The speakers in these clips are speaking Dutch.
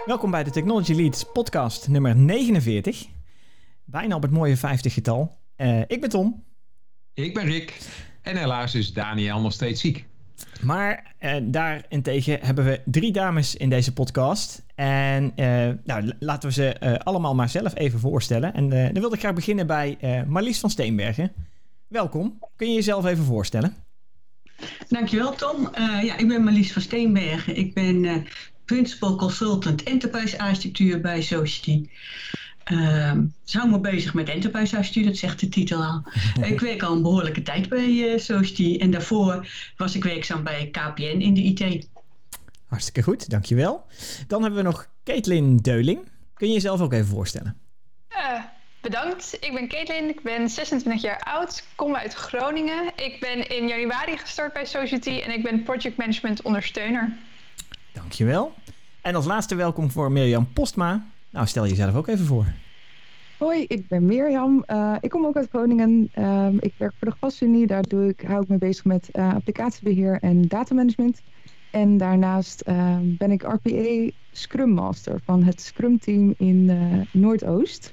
Welkom bij de Technology Leads podcast nummer 49. Bijna op het mooie 50-getal. Ik ben Tom. Ik ben Rick. En helaas is Daniel nog steeds ziek. Maar daarentegen hebben we 3 dames in deze podcast. En laten we ze allemaal maar zelf even voorstellen. En dan wilde ik graag beginnen bij Marlies van Steenbergen. Welkom. Kun je jezelf even voorstellen? Dankjewel Tom. Ik ben Marlies van Steenbergen. Ik ben Principal Consultant Enterprise Architectuur bij Society. Ze hou me bezig met Enterprise Architectuur, dat zegt de titel al. Ik werk al een behoorlijke tijd bij Society en daarvoor was ik werkzaam bij KPN in de IT. Hartstikke goed, dankjewel. Dan hebben we nog Caitlin Deuling. Kun je jezelf ook even voorstellen? Bedankt. Ik ben Caitlin, ik ben 26 jaar oud, kom uit Groningen. Ik ben in januari gestart bij Society en ik ben Project Management ondersteuner. Dankjewel. En als laatste welkom voor Mirjam Postma. Nou, stel jezelf ook even voor. Hoi, ik ben Mirjam. Ik kom ook uit Groningen. Ik werk voor de GasUnie. Daar hou ik me bezig met applicatiebeheer en datamanagement. En daarnaast ben ik RPA Scrum Master van het Scrum Team in Noordoost.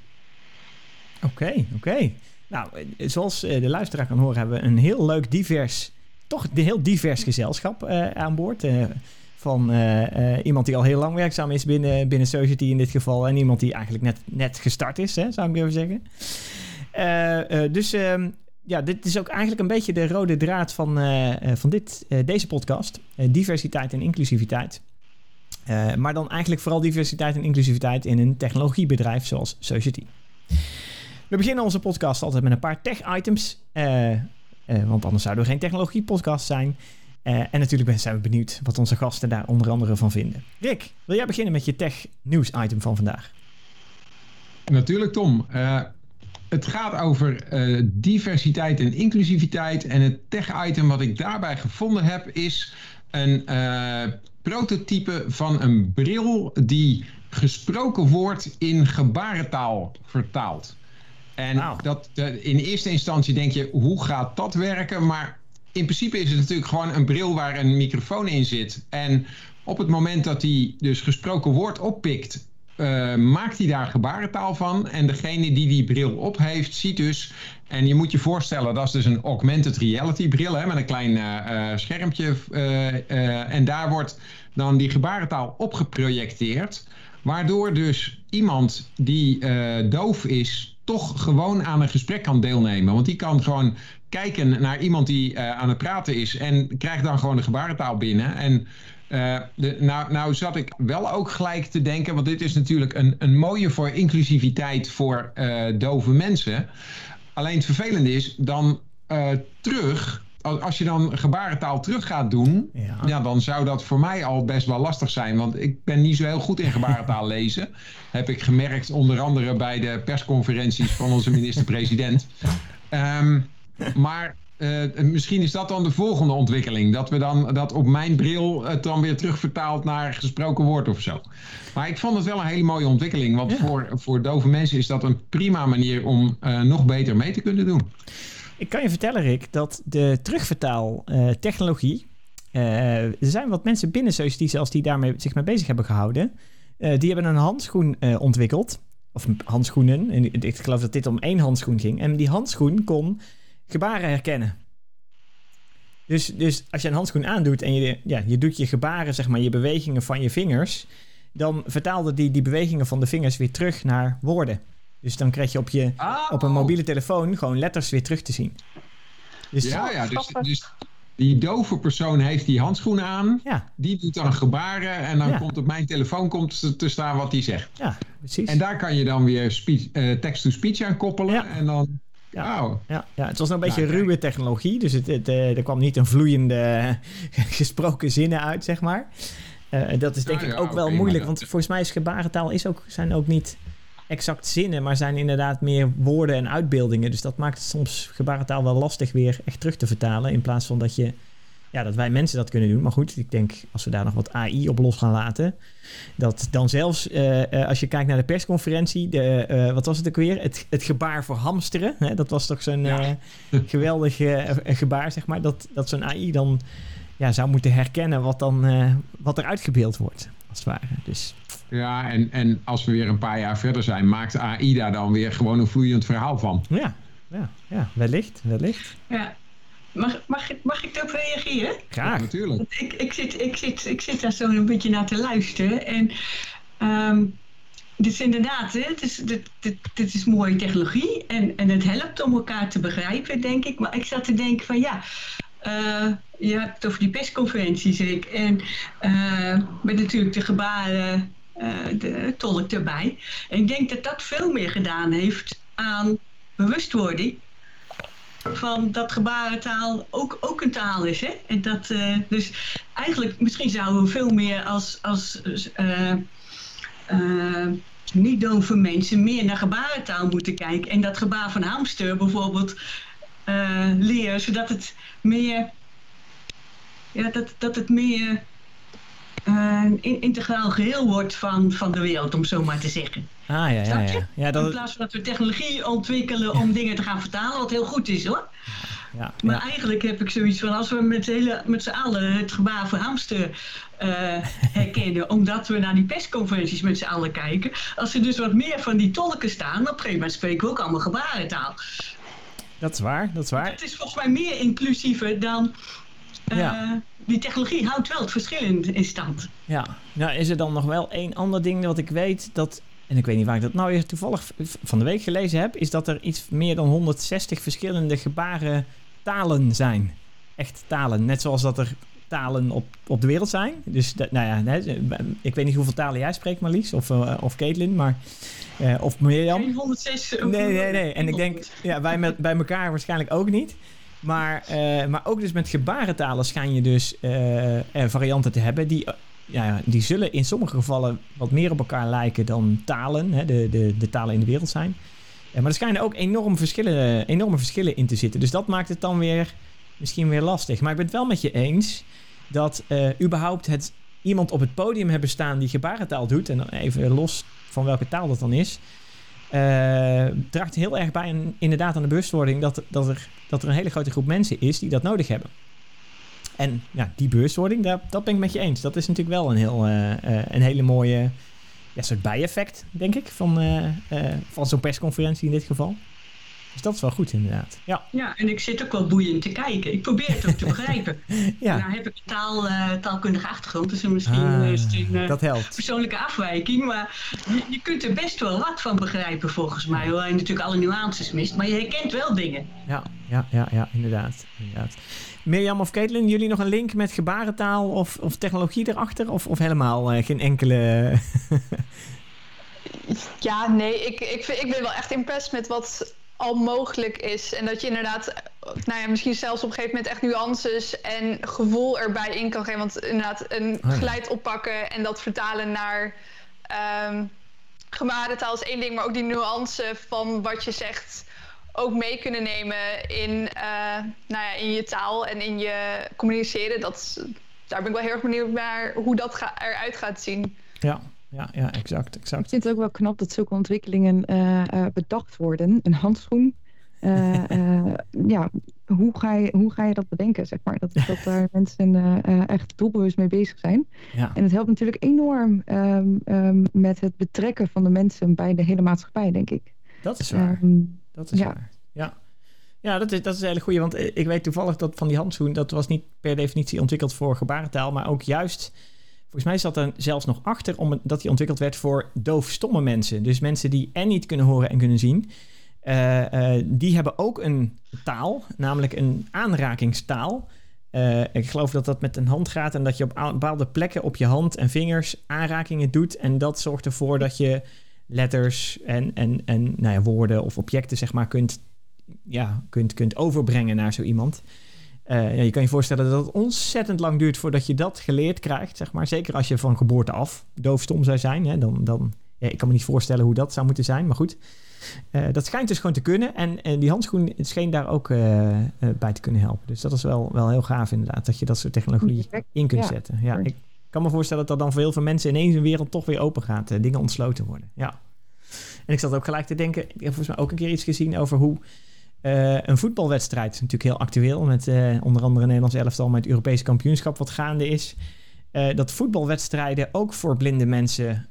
Oké. Nou, zoals de luisteraar kan horen hebben we een heel leuk heel divers gezelschap aan boord. Van iemand die al heel lang werkzaam is binnen Society in dit geval. En iemand die eigenlijk net gestart is, zou ik even zeggen. Dit is ook eigenlijk een beetje de rode draad van deze podcast. Diversiteit en inclusiviteit. Maar dan eigenlijk vooral diversiteit en inclusiviteit in een technologiebedrijf zoals Society. We beginnen onze podcast altijd met een paar tech-items. Want anders zouden we geen technologie-podcast zijn. En natuurlijk zijn we benieuwd wat onze gasten daar onder andere van vinden. Rick, wil jij beginnen met je tech-nieuws-item van vandaag? Natuurlijk, Tom. Het gaat over diversiteit en inclusiviteit. En het tech-item wat ik daarbij gevonden heb is een prototype van een bril die gesproken woord in gebarentaal vertaalt. En in eerste instantie denk je, hoe gaat dat werken? Maar in principe is het natuurlijk gewoon een bril waar een microfoon in zit. En op het moment dat hij dus gesproken woord oppikt, maakt hij daar gebarentaal van. En degene die bril op heeft, ziet dus... En je moet je voorstellen, dat is dus een augmented reality bril, met een klein schermpje. En daar wordt dan die gebarentaal op geprojecteerd. Waardoor dus iemand die doof is, toch gewoon aan een gesprek kan deelnemen. Want die kan gewoon kijken naar iemand die aan het praten is en krijgt dan gewoon de gebarentaal binnen. En nou zat ik wel ook gelijk te denken, want dit is natuurlijk een mooie voor inclusiviteit voor dove mensen. Alleen het vervelende is dan als je dan gebarentaal terug gaat doen, dan zou dat voor mij al best wel lastig zijn. Want ik ben niet zo heel goed in gebarentaal lezen. Heb ik gemerkt onder andere bij de persconferenties van onze minister-president. Maar misschien is dat dan de volgende ontwikkeling. Dat we dan dat op mijn bril het dan weer terugvertaalt naar gesproken woord of zo. Maar ik vond het wel een hele mooie ontwikkeling. Want voor dove mensen is dat een prima manier om nog beter mee te kunnen doen. Ik kan je vertellen, Rick, dat de terugvertaaltechnologie... er zijn wat mensen binnen Society zelfs die daarmee zich mee bezig hebben gehouden. Die hebben een handschoen ontwikkeld. Of handschoenen. En ik geloof dat dit om 1 handschoen ging. En die handschoen kon gebaren herkennen. Dus als je een handschoen aandoet en je doet je gebaren, zeg maar, je bewegingen van je vingers, dan vertaalde die bewegingen van de vingers weer terug naar woorden. Dus dan krijg je op een mobiele telefoon gewoon letters weer terug te zien. Dus dus die dove persoon heeft die handschoenen aan. Ja. Die doet dan gebaren en dan komt op mijn telefoon te staan wat hij zegt. Ja, precies. En daar kan je dan weer text-to-speech aan koppelen. Ja. En dan... Ja, het was nog een beetje ruwe technologie. Dus er kwam niet een vloeiende gesproken zinnen uit, zeg maar. Dat is denk ik ook wel moeilijk. Want volgens mij is gebarentaal zijn ook niet exact zinnen, maar zijn inderdaad meer woorden en uitbeeldingen. Dus dat maakt het soms gebarentaal wel lastig weer echt terug te vertalen. In plaats van dat wij mensen dat kunnen doen. Maar goed, ik denk als we daar nog wat AI op los gaan laten, dat dan zelfs als je kijkt naar de persconferentie, wat was het ook weer? Het gebaar voor hamsteren. Hè? Dat was toch zo'n geweldig gebaar, zeg maar. Dat zo'n AI dan zou moeten herkennen wat er uitgebeeld wordt. als het ware. Dus... Ja, en als we weer een paar jaar verder zijn, maakt AI daar dan weer gewoon een vloeiend verhaal van. Ja, wellicht. Ja. Mag ik daarop reageren? Graag. Ja, natuurlijk. Ik zit daar zo een beetje naar te luisteren. En dit is inderdaad, dit is mooie technologie. En het helpt om elkaar te begrijpen, denk ik. Maar ik zat te denken van je hebt het over die persconferenties. En met natuurlijk de gebaren, de tolk erbij. En ik denk dat dat veel meer gedaan heeft aan bewustwording. Van dat gebarentaal ook een taal is. Hè? En dat, dus eigenlijk, misschien zouden we veel meer als niet-dove mensen meer naar gebarentaal moeten kijken. En dat gebaar van hamster bijvoorbeeld leren, zodat het meer... Ja, dat het meer een integraal geheel wordt van de wereld, om zo maar te zeggen. Ja. In plaats van dat we technologie ontwikkelen om dingen te gaan vertalen, wat heel goed is hoor. Maar eigenlijk heb ik zoiets van, als we met z'n allen het gebaar voor hamster herkennen, omdat we naar die persconferenties met z'n allen kijken, als er dus wat meer van die tolken staan, op een gegeven moment spreken we ook allemaal gebarentaal. Dat is waar. Het is volgens mij meer inclusiever dan... Die technologie houdt wel het verschil in stand. Ja, nou is er dan nog wel één ander ding wat ik weet, en ik weet niet waar ik dat nou weer toevallig van de week gelezen heb, is dat er iets meer dan 160 verschillende gebarentalen zijn. Echt talen, net zoals dat er talen op de wereld zijn. Dus ik weet niet hoeveel talen jij spreekt, Marlies, of Caitlin, maar of Mirjam. 106. Nee. En ik denk, bij elkaar waarschijnlijk ook niet. Maar ook dus met gebarentalen schijn je dus varianten te hebben die zullen in sommige gevallen wat meer op elkaar lijken dan talen, hè, de talen in de wereld zijn. Maar er schijnen ook enorme verschillen in te zitten. Dus dat maakt het dan weer misschien weer lastig. Maar ik ben het wel met je eens dat überhaupt iemand op het podium hebben staan die gebarentaal doet, en dan even los van welke taal dat dan is, draagt heel erg bij inderdaad aan de bewustwording dat er een hele grote groep mensen is die dat nodig hebben. En die bewustwording, dat ben ik met je eens. Dat is natuurlijk wel een hele mooie soort bijeffect, denk ik, van zo'n persconferentie in dit geval. Dus dat is wel goed, inderdaad. Ja, en ik zit ook wel boeiend te kijken. Ik probeer het ook te begrijpen. Nou heb ik een taalkundige achtergrond, dus misschien dat helpt. Persoonlijke afwijking. Maar je kunt er best wel wat van begrijpen, volgens mij. Hoewel je natuurlijk alle nuances mist, maar je herkent wel dingen. Ja, inderdaad. Mirjam of Caitlin, jullie nog een link met gebarentaal of technologie erachter? Of helemaal geen enkele... Ja, nee, ik ben wel echt impressed met wat al mogelijk is. En dat je inderdaad, misschien zelfs op een gegeven moment echt nuances en gevoel erbij in kan geven. Want inderdaad, een geluid oppakken en dat vertalen naar gebarentaal is één ding. Maar ook die nuance van wat je zegt ook mee kunnen nemen in je taal en in je communiceren. Daar ben ik wel heel erg benieuwd naar hoe dat eruit gaat zien. Ja, exact. Ik vind het ook wel knap dat zulke ontwikkelingen bedacht worden. Een handschoen. Hoe ga je dat bedenken, zeg maar? Dat daar mensen echt doelbewust mee bezig zijn. Ja. En het helpt natuurlijk enorm met het betrekken van de mensen bij de hele maatschappij, denk ik. Dat is waar. Waar. Ja, dat is een hele goeie. Want ik weet toevallig dat van die handschoen, dat was niet per definitie ontwikkeld voor gebarentaal, maar ook juist... Volgens mij zat er zelfs nog achter dat die ontwikkeld werd voor doofstomme mensen. Dus mensen die niet kunnen horen en kunnen zien. Die hebben ook een taal, namelijk een aanrakingstaal. Ik geloof dat dat met een hand gaat en dat je op bepaalde plekken op je hand en vingers aanrakingen doet. En dat zorgt ervoor dat je letters en woorden of objecten zeg maar kunt overbrengen naar zo iemand. Je kan je voorstellen dat het ontzettend lang duurt voordat je dat geleerd krijgt, zeg maar. Zeker als je van geboorte af doofstom zou zijn. Hè, ik kan me niet voorstellen hoe dat zou moeten zijn, maar goed. Dat schijnt dus gewoon te kunnen. En die handschoen scheen daar ook bij te kunnen helpen. Dus dat is wel heel gaaf inderdaad, dat je dat soort technologie in kunt zetten. Ja, ik kan me voorstellen dat dan voor heel veel mensen ineens een wereld toch weer open gaat. Dingen ontsloten worden. Ja. En ik zat ook gelijk te denken, ik heb volgens mij ook een keer iets gezien over hoe... een voetbalwedstrijd is natuurlijk heel actueel met onder andere Nederlands elftal met het Europese kampioenschap wat gaande is. dat voetbalwedstrijden ook voor blinde mensen,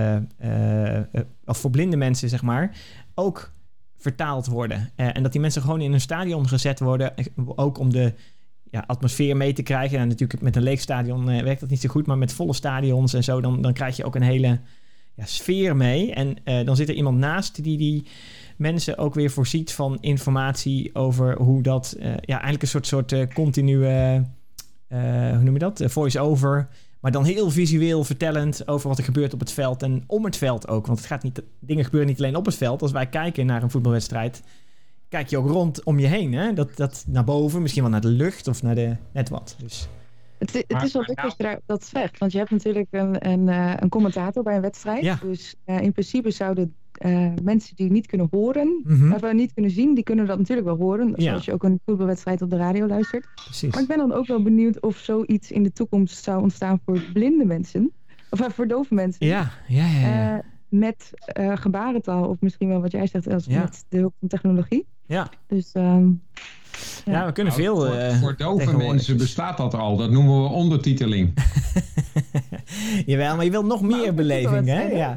of voor blinde mensen zeg maar, ook vertaald worden. En dat die mensen gewoon in een stadion gezet worden, ook om de atmosfeer mee te krijgen. En natuurlijk met een leeg stadion werkt dat niet zo goed, maar met volle stadions en zo, dan krijg je ook een hele sfeer mee. En dan zit er iemand naast die mensen ook weer voorziet van informatie over hoe dat eigenlijk een soort continue, hoe noem je dat? Voice-over, maar dan heel visueel vertellend over wat er gebeurt op het veld en om het veld ook. Want dingen gebeuren niet alleen op het veld. Als wij kijken naar een voetbalwedstrijd, kijk je ook rond om je heen. Hè? Dat naar boven, misschien wel naar de lucht of naar de net wat. Dus. Het is wel leuk als je dat zegt. Want je hebt natuurlijk een commentator bij een wedstrijd. Ja. Dus in principe zouden mensen die niet kunnen horen, of niet kunnen zien, die kunnen dat natuurlijk wel horen. Zoals je ook een voetbalwedstrijd op de radio luistert. Precies. Maar ik ben dan ook wel benieuwd of zoiets in de toekomst zou ontstaan voor blinde mensen. Of voor dove mensen. Ja. Met gebarentaal. Of misschien wel wat jij zegt, Els, met de hulp van technologie. Ja. Dus we kunnen veel. Voor dove mensen bestaat dat al. Dat noemen we ondertiteling. Jawel, maar je wilt nog meer beleving, hè? Ja.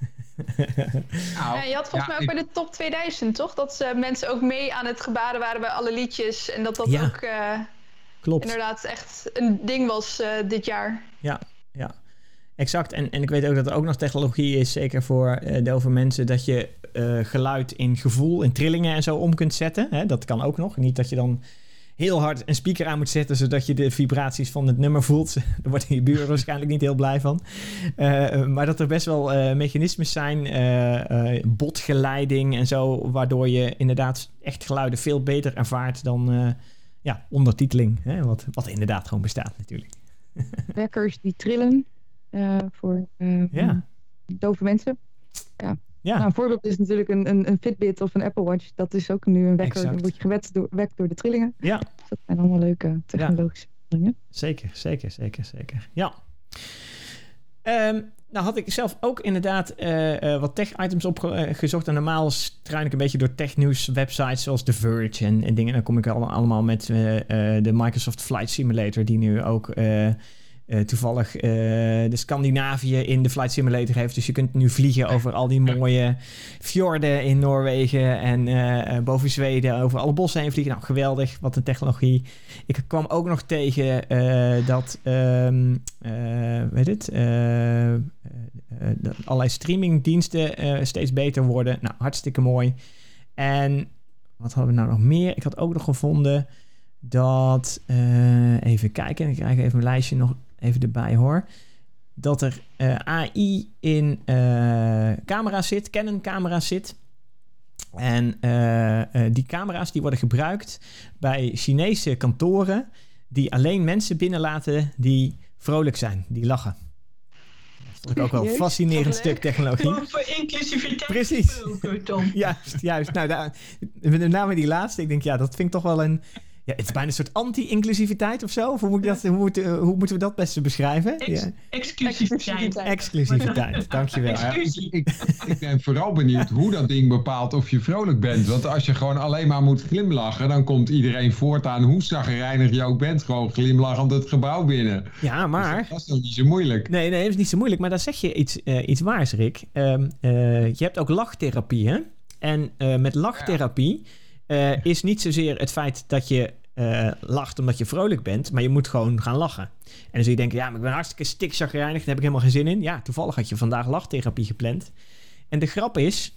Je had volgens mij ook bij de top 2000, toch? Dat mensen ook mee aan het gebaren waren bij alle liedjes. En dat ook klopt. Inderdaad echt een ding was dit jaar. Ja. Exact. En ik weet ook dat er ook nog technologie is, zeker voor dove mensen, dat je geluid in gevoel, in trillingen en zo om kunt zetten. Hè? Dat kan ook nog. Niet dat je dan heel hard een speaker aan moet zetten, zodat je de vibraties van het nummer voelt. Daar wordt je buren waarschijnlijk niet heel blij van. Maar dat er best wel mechanismes zijn, botgeleiding en zo, waardoor je inderdaad echt geluiden veel beter ervaart dan ondertiteling. Hè? Wat inderdaad gewoon bestaat natuurlijk. Wekkers die trillen voor dove mensen. Ja. Nou, een voorbeeld is natuurlijk een Fitbit of een Apple Watch. Dat is ook nu een wekker. Dan word je gewekt door de trillingen. Ja. Dus dat zijn allemaal leuke technologische dingen. Zeker. Ja. Nou had ik zelf ook inderdaad wat tech-items opgezocht. En normaal struin ik een beetje door tech-nieuws websites zoals The Verge en dingen. Dan kom ik allemaal met de Microsoft Flight Simulator, die nu ook toevallig de Scandinavië in de Flight Simulator heeft. Dus je kunt nu vliegen over al die mooie fjorden in Noorwegen en boven Zweden over alle bossen heen vliegen. Nou, geweldig. Wat een technologie. Ik kwam ook nog tegen dat allerlei streamingdiensten steeds beter worden. Nou, hartstikke mooi. En wat hadden we nou nog meer? Ik had ook nog gevonden dat even kijken. Ik krijg even mijn lijstje nog even erbij hoor. Dat er AI in camera's zit, Canon camera's zit. En die camera's die worden gebruikt bij Chinese kantoren die alleen mensen binnenlaten die vrolijk zijn, die lachen. Dat vond ik ook wel een fascinerend stuk technologie. Gewoon voor inclusiviteit. Precies. Juist. Nou, met name die laatste. Ik denk, dat vind ik toch wel een. Ja, het is bijna een soort anti-inclusiviteit of zo. Of hoe moeten we dat best beschrijven? Exclusiviteit, dankjewel. Ik ben vooral benieuwd hoe dat ding bepaalt of je vrolijk bent. Want als je gewoon alleen maar moet glimlachen, dan komt iedereen voortaan, hoe zagrijnig je ook bent, gewoon glimlachend het gebouw binnen. Ja, maar Dus dat is toch niet zo moeilijk? Nee, dat is niet zo moeilijk. Maar dan zeg je iets waars, Rick. Je hebt ook lachtherapie, hè? En met lachtherapie is niet zozeer het feit dat je lacht omdat je vrolijk bent, maar je moet gewoon gaan lachen. En dan zul je denken, maar ik ben hartstikke stikzagrijnig, daar heb ik helemaal geen zin in. Ja, toevallig had je vandaag lachtherapie gepland. En de grap is,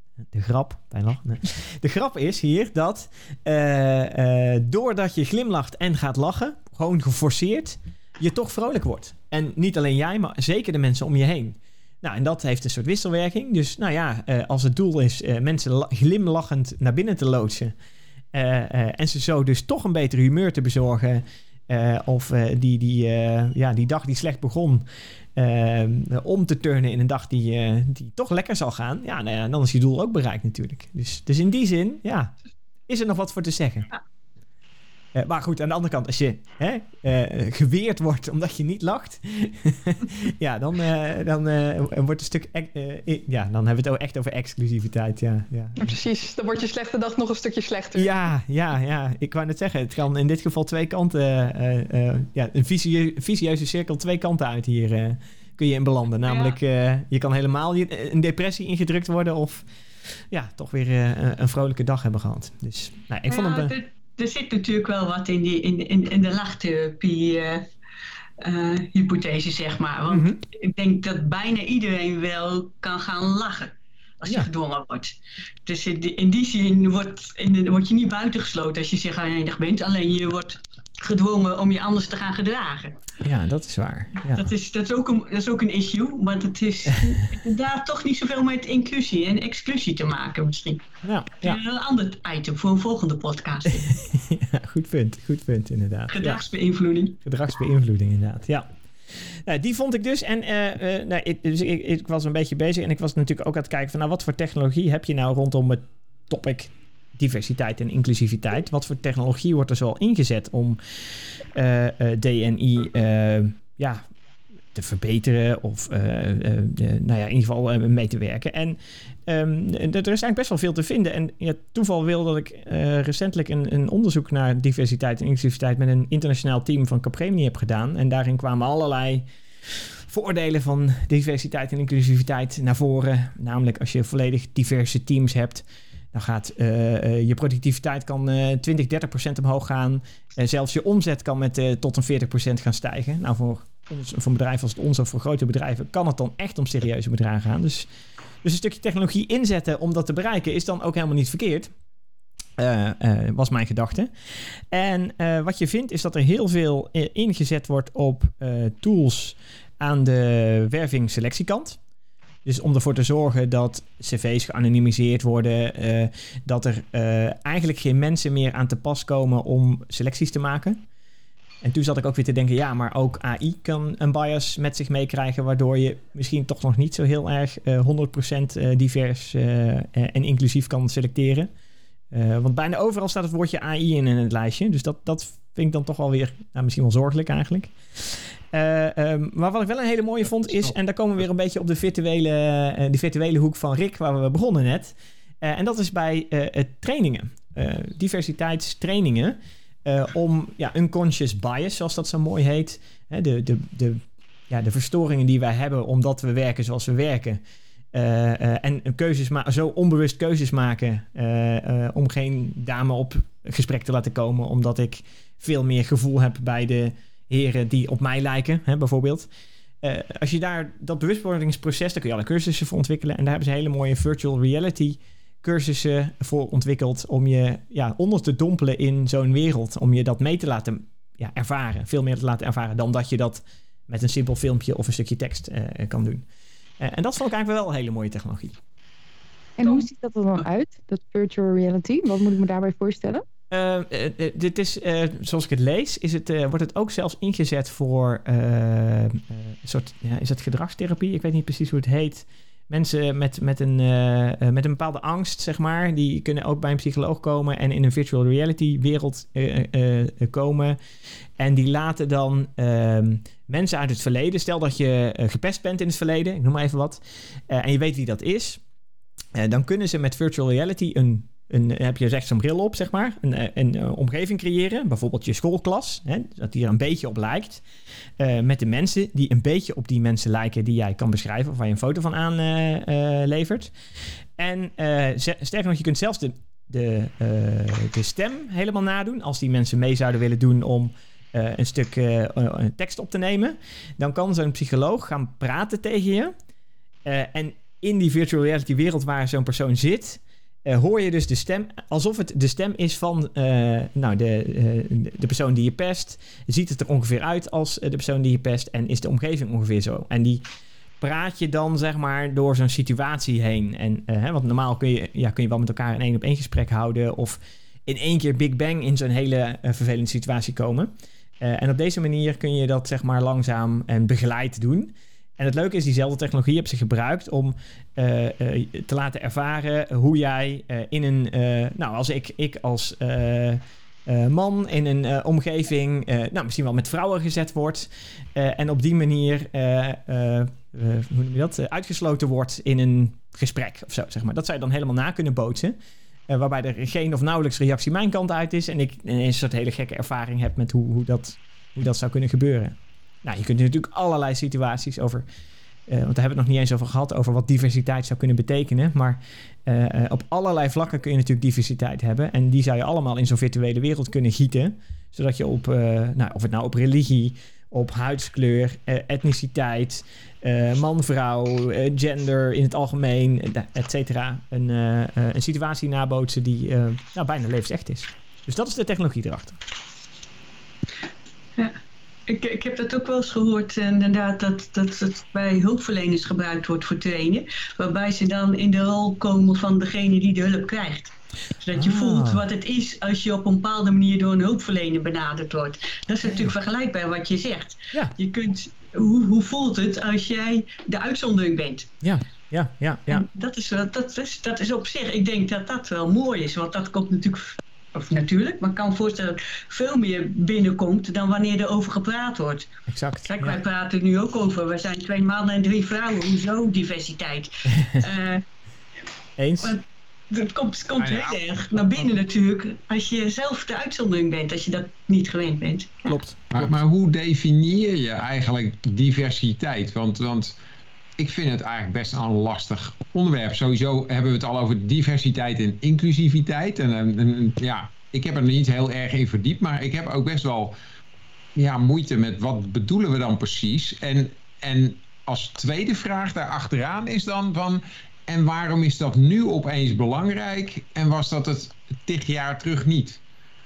de grap is hier dat doordat je glimlacht en gaat lachen, gewoon geforceerd, je toch vrolijk wordt. En niet alleen jij, maar zeker de mensen om je heen. Nou, en dat heeft een soort wisselwerking. Dus als het doel is mensen glimlachend naar binnen te loodsen en ze zo dus toch een beter humeur te bezorgen of die dag die slecht begon om te turnen in een dag die toch lekker zal gaan, dan is je doel ook bereikt natuurlijk. Dus in die zin, is er nog wat voor te zeggen. Maar goed, aan de andere kant, als je geweerd wordt omdat je niet lacht, ja, dan wordt een stuk, dan hebben we het ook echt over exclusiviteit. Ja. Precies, dan wordt je slechte dag nog een stukje slechter. Ja, ik wou net zeggen, het kan in dit geval twee kanten, een vicieuze cirkel, twee kanten uit hier kun je in belanden. Namelijk, je kan helemaal een depressie ingedrukt worden of toch weer een vrolijke dag hebben gehad. Dus, ik vond hem... Er zit natuurlijk wel wat in de lachtherapie-hypothese, zeg maar. Want ik denk dat bijna iedereen wel kan gaan lachen als je gedwongen wordt. Dus in die zin word je niet buitengesloten als je zich enig bent. Alleen je wordt gedwongen om je anders te gaan gedragen. Ja, dat is waar. Ja. Dat is ook een issue, want het is inderdaad toch niet zoveel met inclusie en exclusie te maken misschien. Ja. Een ander item voor een volgende podcast. Ja, goed punt inderdaad. Gedragsbeïnvloeding. Gedragsbeïnvloeding inderdaad, ja. Nou, die vond ik dus. En ik was een beetje bezig en ik was natuurlijk ook aan het kijken van wat voor technologie heb je nou rondom het topic diversiteit en inclusiviteit. Wat voor technologie wordt er zoal ingezet om DNI te verbeteren of in ieder geval mee te werken. En er is eigenlijk best wel veel te vinden. En toeval wil dat ik recentelijk een onderzoek naar diversiteit en inclusiviteit met een internationaal team van Capgemini heb gedaan. En daarin kwamen allerlei voordelen van diversiteit en inclusiviteit naar voren. Namelijk als je volledig diverse teams hebt, dan gaat je productiviteit kan 20-30% omhoog gaan. Zelfs je omzet kan met tot een 40% gaan stijgen. Nou, voor een bedrijf als het ons of voor grote bedrijven kan het dan echt om serieuze bedragen gaan. Dus een stukje technologie inzetten om dat te bereiken is dan ook helemaal niet verkeerd. Was mijn gedachte. En wat je vindt is dat er heel veel ingezet wordt op tools aan de werving-selectiekant. Dus om ervoor te zorgen dat cv's geanonimiseerd worden, dat er eigenlijk geen mensen meer aan te pas komen om selecties te maken. En toen zat ik ook weer te denken, maar ook AI kan een bias met zich meekrijgen, waardoor je misschien toch nog niet zo heel erg 100% divers en inclusief kan selecteren. Want bijna overal staat het woordje AI in het lijstje, dus dat vind ik dan toch wel weer misschien wel zorgelijk eigenlijk. Maar wat ik wel een hele mooie vond is, en daar komen we weer een beetje op de virtuele hoek van Rick, waar we begonnen net. En dat is bij trainingen, diversiteitstrainingen, om unconscious bias, zoals dat zo mooi heet. De verstoringen die wij hebben omdat we werken zoals we werken. En zo onbewust keuzes maken om geen dame op gesprek te laten komen, omdat ik veel meer gevoel heb bij de heren die op mij lijken, bijvoorbeeld. Als je daar dat bewustwordingsproces, daar kun je alle cursussen voor ontwikkelen. En daar hebben ze hele mooie virtual reality cursussen voor ontwikkeld om je onder te dompelen in zo'n wereld. Om je dat mee te laten ervaren. Veel meer te laten ervaren dan dat je dat met een simpel filmpje of een stukje tekst kan doen. En dat vond ik eigenlijk wel een hele mooie technologie. En hoe ziet dat er dan uit, dat virtual reality? Wat moet ik me daarbij voorstellen? Dit is, zoals ik het lees, wordt het ook zelfs ingezet voor een soort, is het gedragstherapie? Ik weet niet precies hoe het heet. Mensen met een bepaalde angst, zeg maar, die kunnen ook bij een psycholoog komen en in een virtual reality wereld komen. En die laten dan mensen uit het verleden, stel dat je gepest bent in het verleden, ik noem maar even wat, en je weet wie dat is, dan kunnen ze met virtual reality heb je echt zo'n bril op, zeg maar. Een omgeving creëren. Bijvoorbeeld je schoolklas. Dat die er een beetje op lijkt. Met de mensen die een beetje op die mensen lijken die jij kan beschrijven. Of waar je een foto van aanlevert. En sterker nog, je kunt zelfs de stem helemaal nadoen. Als die mensen mee zouden willen doen om een stuk tekst op te nemen. Dan kan zo'n psycholoog gaan praten tegen je. En in die virtual reality wereld waar zo'n persoon zit, hoor je dus de stem alsof het de stem is van de persoon die je pest. Ziet het er ongeveer uit als de persoon die je pest en is de omgeving ongeveer zo. En die praat je dan, zeg maar, door zo'n situatie heen. En want normaal kun je wel met elkaar een 1-op-1 gesprek houden of in één keer Big Bang in zo'n hele vervelende situatie komen. En op deze manier kun je dat, zeg maar, langzaam en begeleid doen. En het leuke is, diezelfde technologie hebben ze gebruikt om te laten ervaren hoe jij in een... als ik als man in een omgeving, misschien wel met vrouwen gezet wordt. En op die manier, hoe noem je dat, uitgesloten wordt in een gesprek of zo, zeg maar. Dat zou je dan helemaal na kunnen bootsen. Waarbij er geen of nauwelijks reactie mijn kant uit is. En ik een soort hele gekke ervaring heb met hoe dat zou kunnen gebeuren. Nou, je kunt natuurlijk allerlei situaties over... want daar hebben we het nog niet eens over gehad, over wat diversiteit zou kunnen betekenen. Maar op allerlei vlakken kun je natuurlijk diversiteit hebben. En die zou je allemaal in zo'n virtuele wereld kunnen gieten. Zodat je op, of het nou op religie, op huidskleur, etniciteit, man, vrouw, gender in het algemeen, et cetera. Een situatie nabootsen die bijna levensecht is. Dus dat is de technologie erachter. Ja. Ik heb dat ook wel eens gehoord, inderdaad, dat het bij hulpverleners gebruikt wordt voor trainen. Waarbij ze dan in de rol komen van degene die de hulp krijgt. Zodat je voelt wat het is als je op een bepaalde manier door een hulpverlener benaderd wordt. Dat is natuurlijk vergelijkbaar wat je zegt. Ja. Je kunt, hoe voelt het als jij de uitzondering bent? Ja. En dat is op zich, ik denk dat dat wel mooi is, want dat komt natuurlijk... Of natuurlijk, maar ik kan me voorstellen dat er veel meer binnenkomt dan wanneer er over gepraat wordt. Exact. Kijk, wij praten nu ook over, we zijn 2 mannen en 3 vrouwen, hoezo diversiteit? Eens? Maar dat komt heel erg naar binnen natuurlijk, als je zelf de uitzondering bent, als je dat niet gewend bent. Ja. Klopt. Maar hoe definieer je eigenlijk diversiteit? Want ik vind het eigenlijk best een lastig onderwerp. Sowieso hebben we het al over diversiteit en inclusiviteit. En ik heb er niet heel erg in verdiept, maar ik heb ook best wel moeite met wat bedoelen we dan precies. En als tweede vraag daar achteraan is dan van, en waarom is dat nu opeens belangrijk en was dat het 10 jaar terug niet?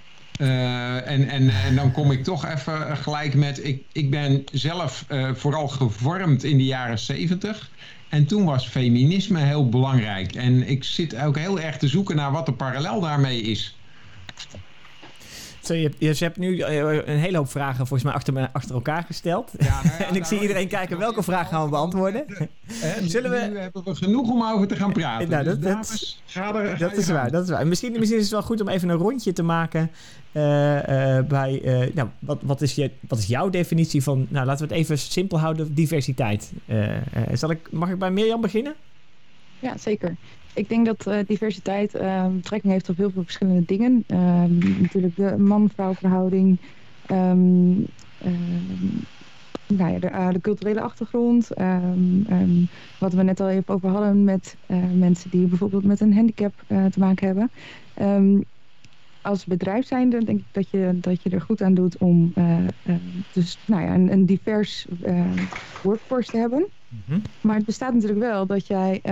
En dan kom ik toch even gelijk met... Ik ben zelf vooral gevormd in de jaren 70. En toen was feminisme heel belangrijk. En ik zit ook heel erg te zoeken naar wat de parallel daarmee is. Zo, je hebt nu een hele hoop vragen volgens mij achter elkaar gesteld. En ik zie iedereen kijken welke vraag gaan we beantwoorden. Nu hebben we genoeg om over te gaan praten. Dat is waar. Misschien is het wel goed om even een rondje te maken bij... wat is jouw definitie van... Nou, laten we het even simpel houden, diversiteit. Mag ik bij Mirjam beginnen? Ja, zeker. Ik denk dat diversiteit betrekking heeft op heel veel verschillende dingen. Natuurlijk de man-vrouw verhouding, de culturele achtergrond. Wat we net al even over hadden met mensen die bijvoorbeeld met een handicap te maken hebben. Als bedrijf zijnde denk ik dat je er goed aan doet om een divers workforce te hebben. Mm-hmm. Maar het bestaat natuurlijk wel dat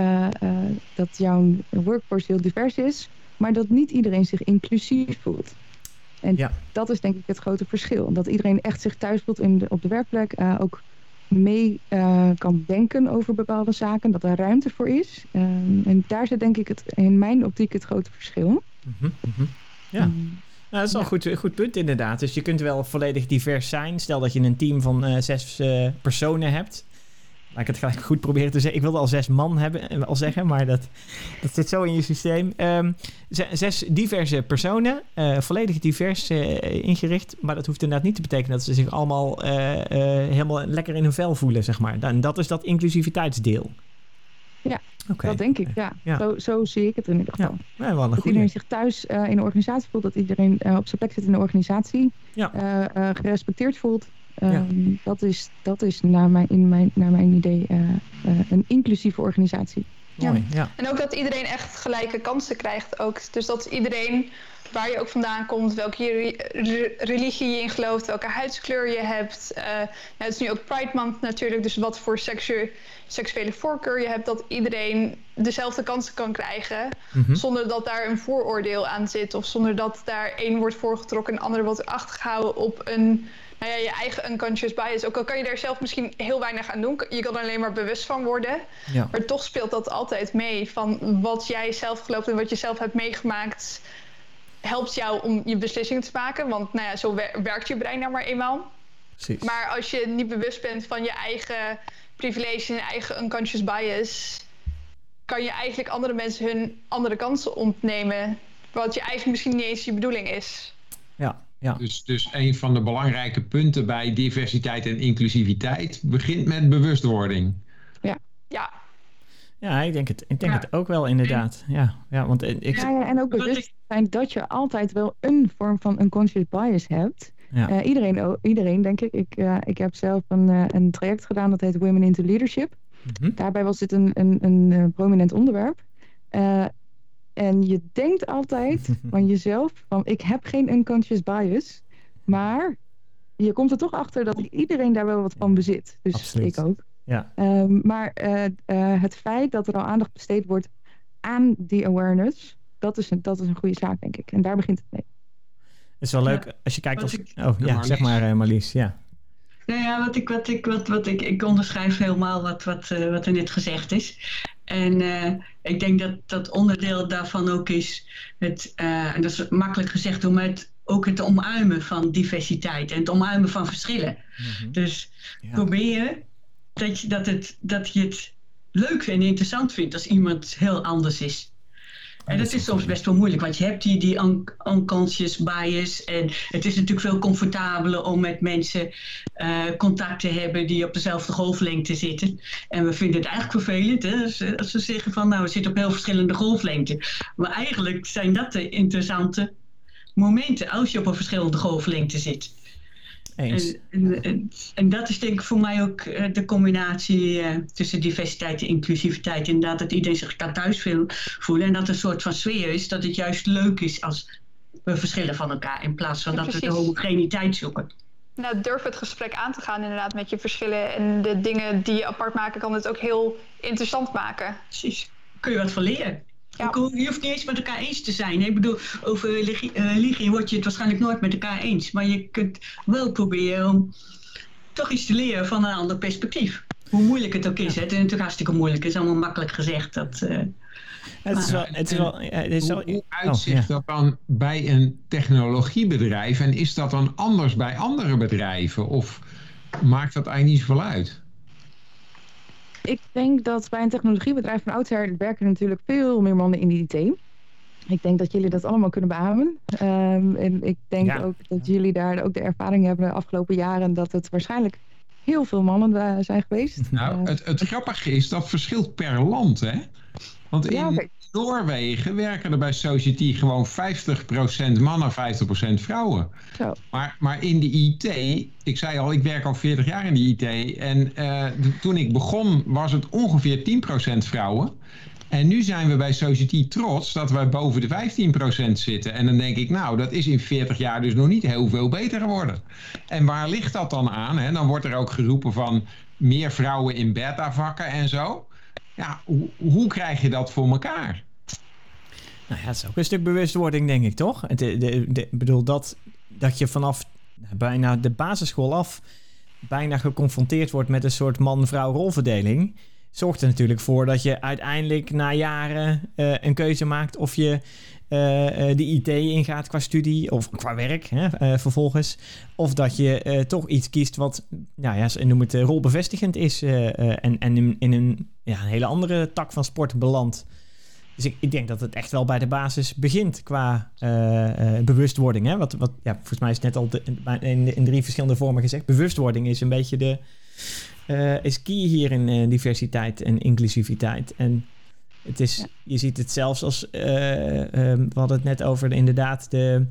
dat jouw workforce heel divers is, maar dat niet iedereen zich inclusief voelt. En dat is denk ik het grote verschil. Dat iedereen echt zich thuis voelt op de werkplek, ook mee kan denken over bepaalde zaken, dat er ruimte voor is. En daar zit denk ik in mijn optiek het grote verschil. Mm-hmm. Mm-hmm. Ja. Nou, dat is wel een goed punt inderdaad. Dus je kunt wel volledig divers zijn. Stel dat je een team van 6 personen hebt. Laat ik het gelijk goed proberen te zeggen. Ik wilde al 6 man zeggen, maar dat zit zo in je systeem. 6 diverse personen, volledig divers ingericht. Maar dat hoeft inderdaad niet te betekenen dat ze zich allemaal helemaal lekker in hun vel voelen, zeg maar. En dat is dat inclusiviteitsdeel. Ja, dat denk ik, Zo zie ik het in ieder geval. Ja, dat iedereen zich thuis in de organisatie voelt, dat iedereen op zijn plek zit in de organisatie, gerespecteerd voelt. Dat is naar mijn idee een inclusieve organisatie. Mooi, ja. En ook dat iedereen echt gelijke kansen krijgt ook. Dus dat iedereen, waar je ook vandaan komt, welke religie je in gelooft, welke huidskleur je hebt. Het is nu ook Pride Month natuurlijk, dus wat voor seksuele voorkeur je hebt, dat iedereen dezelfde kansen kan krijgen, zonder dat daar een vooroordeel aan zit, of zonder dat daar één wordt voorgetrokken en een ander wordt achtergehouden op je eigen unconscious bias. Ook al kan je daar zelf misschien heel weinig aan doen, je kan er alleen maar bewust van worden. Ja. Maar toch speelt dat altijd mee van wat jij zelf gelooft en wat je zelf hebt meegemaakt, helpt jou om je beslissingen te maken. Want zo werkt je brein nou maar eenmaal. Precies. Maar als je niet bewust bent van je eigen privilege en je eigen unconscious bias, kan je eigenlijk andere mensen hun andere kansen ontnemen, wat je eigenlijk misschien niet eens je bedoeling is. Ja. Dus een van de belangrijke punten bij diversiteit en inclusiviteit begint met bewustwording. Ja, ik denk het ook wel inderdaad. Ja, want en ook bewust zijn dat je altijd wel een vorm van unconscious bias hebt. Ja. Iedereen, denk ik. Ik heb zelf een traject gedaan dat heet Women into Leadership. Mm-hmm. Daarbij was dit een prominent onderwerp. En je denkt altijd van jezelf, van ik heb geen unconscious bias. Maar je komt er toch achter dat iedereen daar wel wat van bezit. Dus absoluut. Ik ook. Ja. Maar het feit dat er al aandacht besteed wordt aan die awareness, dat is een goede zaak, denk ik. En daar begint het mee. Het is wel leuk als je kijkt zeg maar Marlies, ja. Nou ja, ik onderschrijf helemaal wat er net gezegd is. En ik denk dat onderdeel daarvan ook is, en dat is makkelijk gezegd, ook het omarmen van diversiteit en het omarmen van verschillen. Mm-hmm. Dus probeer dat je het leuk en interessant vindt als iemand heel anders is. En dat is soms best wel moeilijk, want je hebt die unconscious bias en het is natuurlijk veel comfortabeler om met mensen contact te hebben die op dezelfde golflengte zitten. En we vinden het eigenlijk vervelend als ze zeggen van we zitten op heel verschillende golflengten. Maar eigenlijk zijn dat de interessante momenten als je op een verschillende golflengte zit. En dat is denk ik voor mij ook de combinatie tussen diversiteit en inclusiviteit. Inderdaad dat iedereen zich kan thuis voelen en dat er een soort van sfeer is dat het juist leuk is als we verschillen van elkaar in plaats van dat we de homogeniteit zoeken. Nou, durf het gesprek aan te gaan inderdaad met je verschillen en de dingen die je apart maken kan het ook heel interessant maken. Precies, kun je wat van leren. Ja. Je hoeft niet eens met elkaar eens te zijn. Ik bedoel, over religie word je het waarschijnlijk nooit met elkaar eens. Maar je kunt wel proberen om toch iets te leren van een ander perspectief. Hoe moeilijk het ook is. Het is natuurlijk hartstikke moeilijk. Het is allemaal makkelijk gezegd. Hoe uitzicht dat dan bij een technologiebedrijf? En is dat dan anders bij andere bedrijven? Of maakt dat eigenlijk niet zoveel uit? Ik denk dat bij een technologiebedrijf van oudsher werken natuurlijk veel meer mannen in de IT. Ik denk dat jullie dat allemaal kunnen beamen. En ik denk ook dat jullie daar ook de ervaring hebben de afgelopen jaren dat het waarschijnlijk heel veel mannen zijn geweest. Nou, het grappige is dat verschilt per land, hè? Want in Noorwegen werken er bij Society gewoon 50% mannen, 50% vrouwen. Zo. Maar in de IT, ik zei al, ik werk al 40 jaar in de IT. En toen ik begon was het ongeveer 10% vrouwen. En nu zijn we bij Society trots dat wij boven de 15% zitten. En dan denk ik, nou, dat is in 40 jaar dus nog niet heel veel beter geworden. En waar ligt dat dan aan? Hè? Dan wordt er ook geroepen van meer vrouwen in beta-vakken en zo. Ja, hoe krijg je dat voor elkaar? Nou ja, het is ook een stuk bewustwording, denk ik, toch? Ik bedoel, dat je vanaf bijna de basisschool af bijna geconfronteerd wordt met een soort man-vrouw rolverdeling, zorgt er natuurlijk voor dat je uiteindelijk na jaren een keuze maakt of je de IT ingaat qua studie of qua werk vervolgens. Of dat je toch iets kiest wat, noem het rolbevestigend is en in een hele andere tak van sport belandt. Dus ik denk dat het echt wel bij de basis begint qua bewustwording. Hè? Wat volgens mij is net al in 3 verschillende vormen gezegd. Bewustwording is een beetje is key hier in diversiteit en inclusiviteit. En het is, je ziet het zelfs als we hadden het net over inderdaad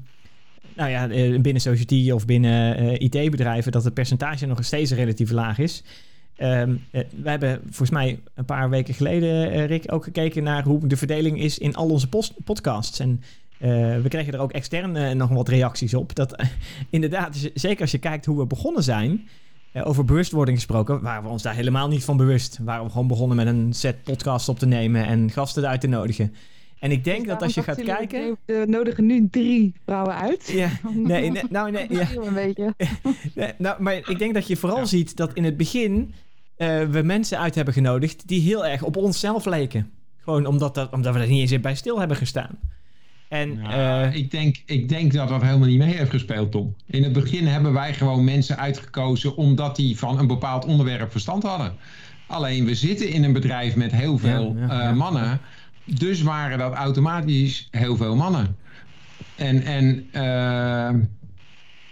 binnen Society of binnen IT-bedrijven dat het percentage nog steeds relatief laag is. We hebben volgens mij een paar weken geleden, Rick, ook gekeken naar hoe de verdeling is in al onze podcasts. En we kregen er ook extern nog wat reacties op. Dat inderdaad, zeker als je kijkt hoe we begonnen zijn, over bewustwording gesproken, waren we ons daar helemaal niet van bewust. Waren we gewoon begonnen met een set podcasts op te nemen en gasten uit te nodigen. En ik denk dat als je gaat kijken... We nodigen nu 3 vrouwen uit. Ja, nee. Een beetje. Maar ik denk dat je vooral ziet dat in het begin we mensen uit hebben genodigd die heel erg op onszelf leken. Gewoon omdat we er niet eens bij stil hebben gestaan. En, ik denk dat dat helemaal niet mee heeft gespeeld, Tom. In het begin hebben wij gewoon mensen uitgekozen omdat die van een bepaald onderwerp verstand hadden. Alleen we zitten in een bedrijf met heel veel mannen. Dus waren dat automatisch heel veel mannen. En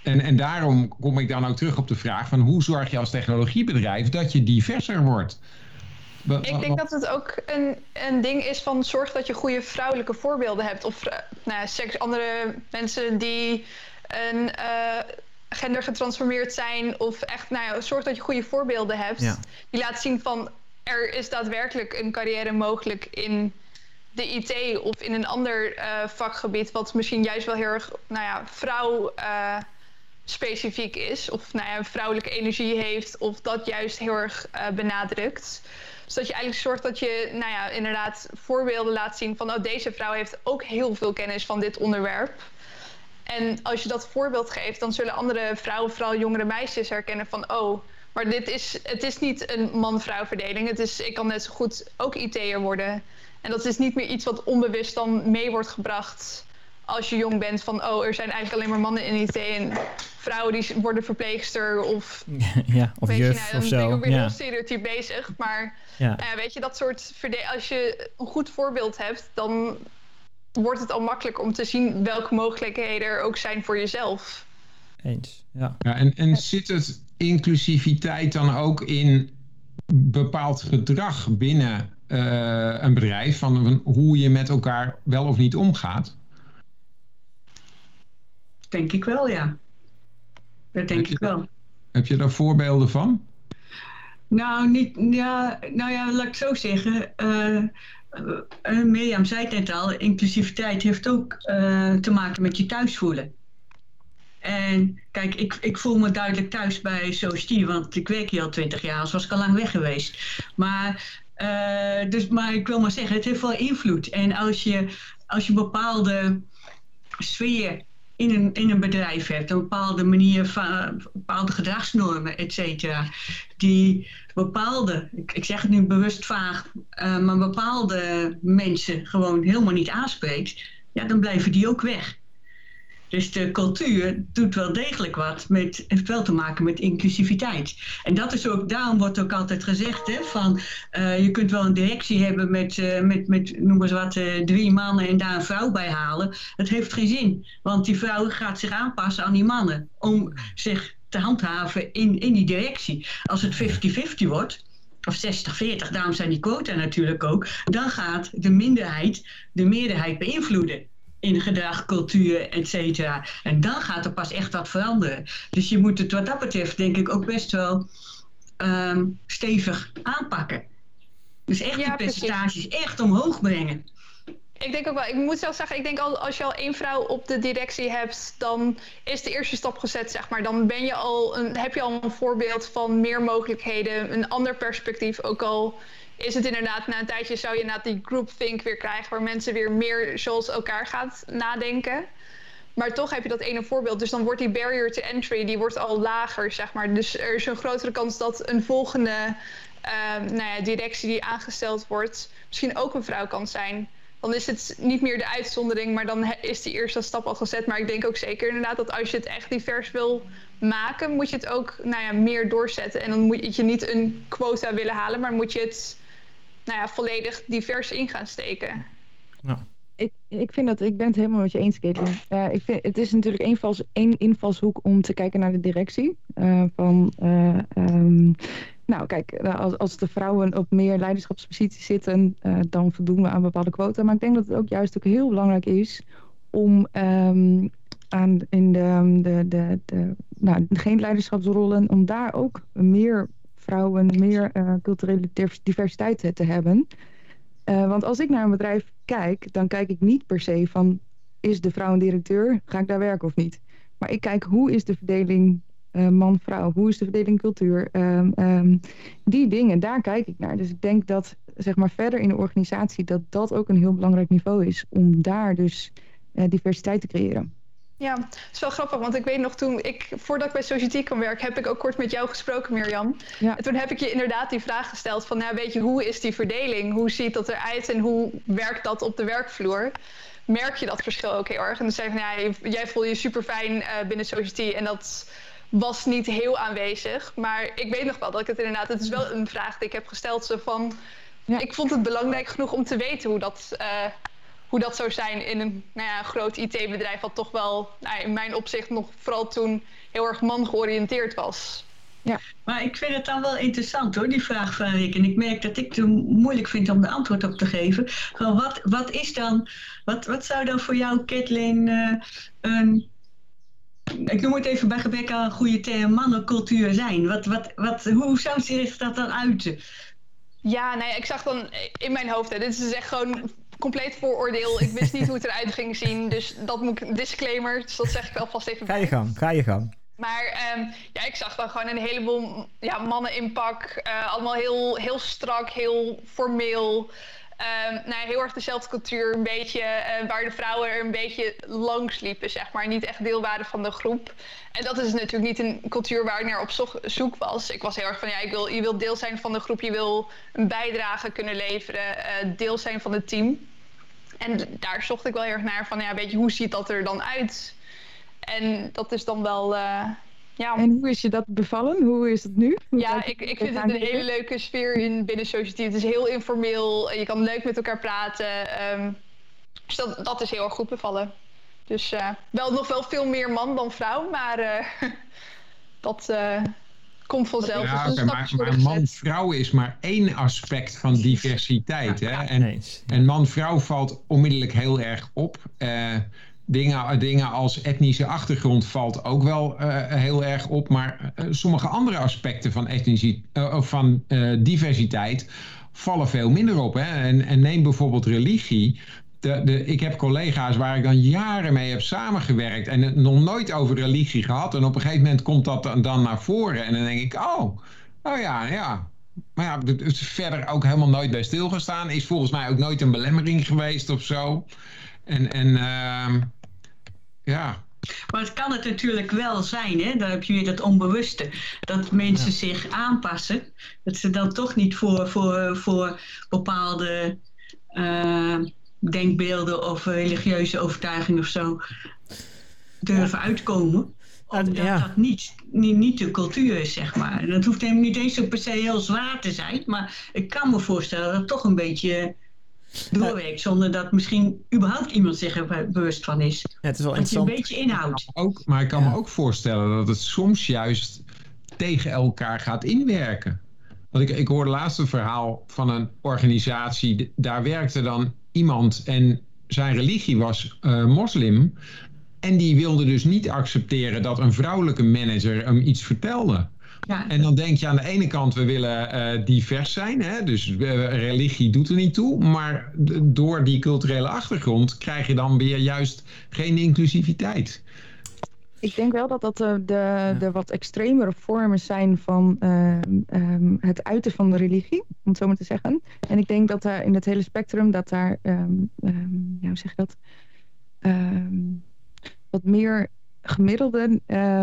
En daarom kom ik dan ook terug op de vraag van hoe zorg je als technologiebedrijf dat je diverser wordt? Ik denk dat het ook een ding is van zorg dat je goede vrouwelijke voorbeelden hebt. Of andere mensen die een gender getransformeerd zijn. Of echt, zorg dat je goede voorbeelden hebt. Ja. Die laten zien van er is daadwerkelijk een carrière mogelijk in de IT of in een ander vakgebied. Wat misschien juist wel heel erg vrouw specifiek is. Of vrouwelijke energie heeft. Of dat juist heel erg benadrukt. Dus dat je eigenlijk zorgt dat je inderdaad voorbeelden laat zien van deze vrouw heeft ook heel veel kennis van dit onderwerp. En als je dat voorbeeld geeft, dan zullen andere vrouwen, vooral jongere meisjes, herkennen van maar het is niet een man-vrouw verdeling. Ik kan net zo goed ook IT'er worden. En dat is niet meer iets wat onbewust dan mee wordt gebracht als je jong bent van er zijn eigenlijk alleen maar mannen in IT en vrouwen die worden verpleegster of of juf of zo. Dan ben ik ook weer heel stereotyp bezig. Maar weet je, dat soort als je een goed voorbeeld hebt, dan wordt het al makkelijker om te zien welke mogelijkheden er ook zijn voor jezelf. Eens, ja. En zit het inclusiviteit dan ook in bepaald gedrag binnen een bedrijf, van hoe je met elkaar wel of niet omgaat? Denk ik wel, ja. Dat denk ik wel. Heb je daar voorbeelden van? Laat ik zo zeggen. Mirjam zei het net al, inclusiviteit heeft ook te maken met je thuis voelen. En kijk, ik voel me duidelijk thuis bij Society, want ik werk hier al 20 jaar, anders was ik al lang weg geweest. Maar ik wil maar zeggen, het heeft wel invloed. En als je bepaalde sfeer in een bedrijf hebt, een bepaalde manier van bepaalde gedragsnormen, et cetera, die bepaalde, ik zeg het nu bewust vaag, maar bepaalde mensen gewoon helemaal niet aanspreekt, dan blijven die ook weg. Dus de cultuur doet wel degelijk wat heeft wel te maken met inclusiviteit. En dat is ook, daarom wordt ook altijd gezegd, van je kunt wel een directie hebben met noem eens wat, 3 mannen en daar een vrouw bij halen. Dat heeft geen zin, want die vrouw gaat zich aanpassen aan die mannen om zich te handhaven in die directie. Als het 50-50 wordt, of 60-40, daarom zijn die quota natuurlijk ook, dan gaat de minderheid de meerderheid beïnvloeden in gedrag, cultuur, et cetera. En dan gaat er pas echt wat veranderen. Dus je moet het wat dat betreft denk ik ook best wel stevig aanpakken. Dus echt die percentages echt omhoog brengen. Ik denk ook wel, ik moet zelf zeggen, ik denk als je al 1 vrouw op de directie hebt, dan is de eerste stap gezet, zeg maar. Dan heb je al een voorbeeld van meer mogelijkheden, een ander perspectief, ook al is het inderdaad, na een tijdje zou je inderdaad die groupthink weer krijgen, waar mensen weer meer zoals elkaar gaat nadenken. Maar toch heb je dat ene voorbeeld. Dus dan wordt die barrier to entry, die wordt al lager, zeg maar. Dus er is een grotere kans dat een volgende directie die aangesteld wordt, misschien ook een vrouw kan zijn. Dan is het niet meer de uitzondering, maar dan is die eerste stap al gezet. Maar ik denk ook zeker inderdaad dat als je het echt divers wil maken, moet je het ook meer doorzetten. En dan moet je niet een quota willen halen, maar moet je het volledig divers in gaan steken. Nou. Ik ben het helemaal met je eens, Caitlin. Het is natuurlijk één invalshoek om te kijken naar de directie. Kijk, als de vrouwen op meer leiderschapsposities zitten, dan voldoen we aan bepaalde quota. Maar ik denk dat het ook juist ook heel belangrijk is om geen leiderschapsrollen, om daar ook meer vrouwen, meer culturele diversiteit te hebben. Want als ik naar een bedrijf kijk, dan kijk ik niet per se van, is de vrouw een directeur, ga ik daar werken of niet? Maar ik kijk, hoe is de verdeling man-vrouw, hoe is de verdeling cultuur? Die dingen, daar kijk ik naar. Dus ik denk dat, zeg maar, verder in de organisatie, dat ook een heel belangrijk niveau is, om daar dus diversiteit te creëren. Ja, het is wel grappig, want ik weet nog voordat ik bij Society kwam werken, heb ik ook kort met jou gesproken, Mirjam. Ja. En toen heb ik je inderdaad die vraag gesteld van, weet je, hoe is die verdeling? Hoe ziet dat eruit en hoe werkt dat op de werkvloer? Merk je dat verschil ook heel erg? En dan zei van, jij voelde je super fijn binnen Society en dat was niet heel aanwezig. Maar ik weet nog wel dat ik het is wel een vraag die ik heb gesteld, zo van, ik vond het belangrijk genoeg om te weten hoe hoe dat zou zijn in een groot IT-bedrijf... wat toch wel in mijn opzicht nog vooral toen heel erg man georiënteerd was. Ja, maar ik vind het dan wel interessant hoor, die vraag van Rick. En ik merk dat ik het moeilijk vind om de antwoord op te geven. Wat is dan, wat zou dan voor jou, Kathleen, ik noem het even bij gebrek aan een goede term, mannencultuur zijn? Hoe zou zich dat dan uiten? Ja, ik zag dan in mijn hoofd, dit is echt gewoon compleet vooroordeel. Ik wist niet hoe het eruit ging zien, dus dat moet ik disclaimer. Dus dat zeg ik alvast even. Ga je gang. Maar ik zag dan gewoon een heleboel mannen in pak. Allemaal heel strak, heel formeel. Heel erg dezelfde cultuur, een beetje waar de vrouwen er een beetje langs liepen, zeg maar. Niet echt deel waren van de groep. En dat is natuurlijk niet een cultuur waar ik naar op zoek was. Ik was heel erg van, je wil deel zijn van de groep, je wil een bijdrage kunnen leveren, deel zijn van het team. En daar zocht ik wel heel erg naar van, hoe ziet dat er dan uit? En dat is dan wel... En hoe is je dat bevallen? Hoe is het nu? Ik vind het een hele leuke sfeer binnen Society. Het is heel informeel. Je kan leuk met elkaar praten. Dus dat is heel erg goed bevallen. Dus nog wel veel meer man dan vrouw. Maar dat komt vanzelf. Ja, maar man-vrouw is maar één aspect van diversiteit. Hè? En man-vrouw valt onmiddellijk heel erg op. Dingen als etnische achtergrond valt ook wel heel erg op. Maar sommige andere aspecten van diversiteit vallen veel minder op. Hè? En neem bijvoorbeeld religie. Ik heb collega's waar ik dan jaren mee heb samengewerkt en het nog nooit over religie gehad. En op een gegeven moment komt dat dan naar voren. En dan denk ik, oh ja. Maar ja, het is verder ook helemaal nooit bij stilgestaan. Is volgens mij ook nooit een belemmering geweest of zo. Ja. Maar het kan het natuurlijk wel zijn, hè? Dan heb je weer dat onbewuste. Dat mensen zich aanpassen. Dat ze dan toch niet voor bepaalde denkbeelden of religieuze overtuigingen of zo durven uitkomen. Omdat dat niet de cultuur is, zeg maar. En dat hoeft helemaal niet eens zo per se heel zwaar te zijn. Maar ik kan me voorstellen dat het toch een beetje doorwerkt, zonder dat misschien überhaupt iemand zich er bewust van is. Ja, het is wel dat je een beetje inhoudt. Maar ik kan me ook voorstellen dat het soms juist tegen elkaar gaat inwerken. Want ik hoorde laatst een verhaal van een organisatie. Daar werkte dan iemand en zijn religie was moslim. En die wilde dus niet accepteren dat een vrouwelijke manager hem iets vertelde. Ja. En dan denk je aan de ene kant, we willen divers zijn. Hè? Dus religie doet er niet toe. Maar door die culturele achtergrond krijg je dan weer juist geen inclusiviteit. Ik denk wel dat de wat extremere vormen zijn van het uiten van de religie, om het zo maar te zeggen. En ik denk dat daar in het hele spectrum, dat daar, hoe zeg je dat, wat meer gemiddelde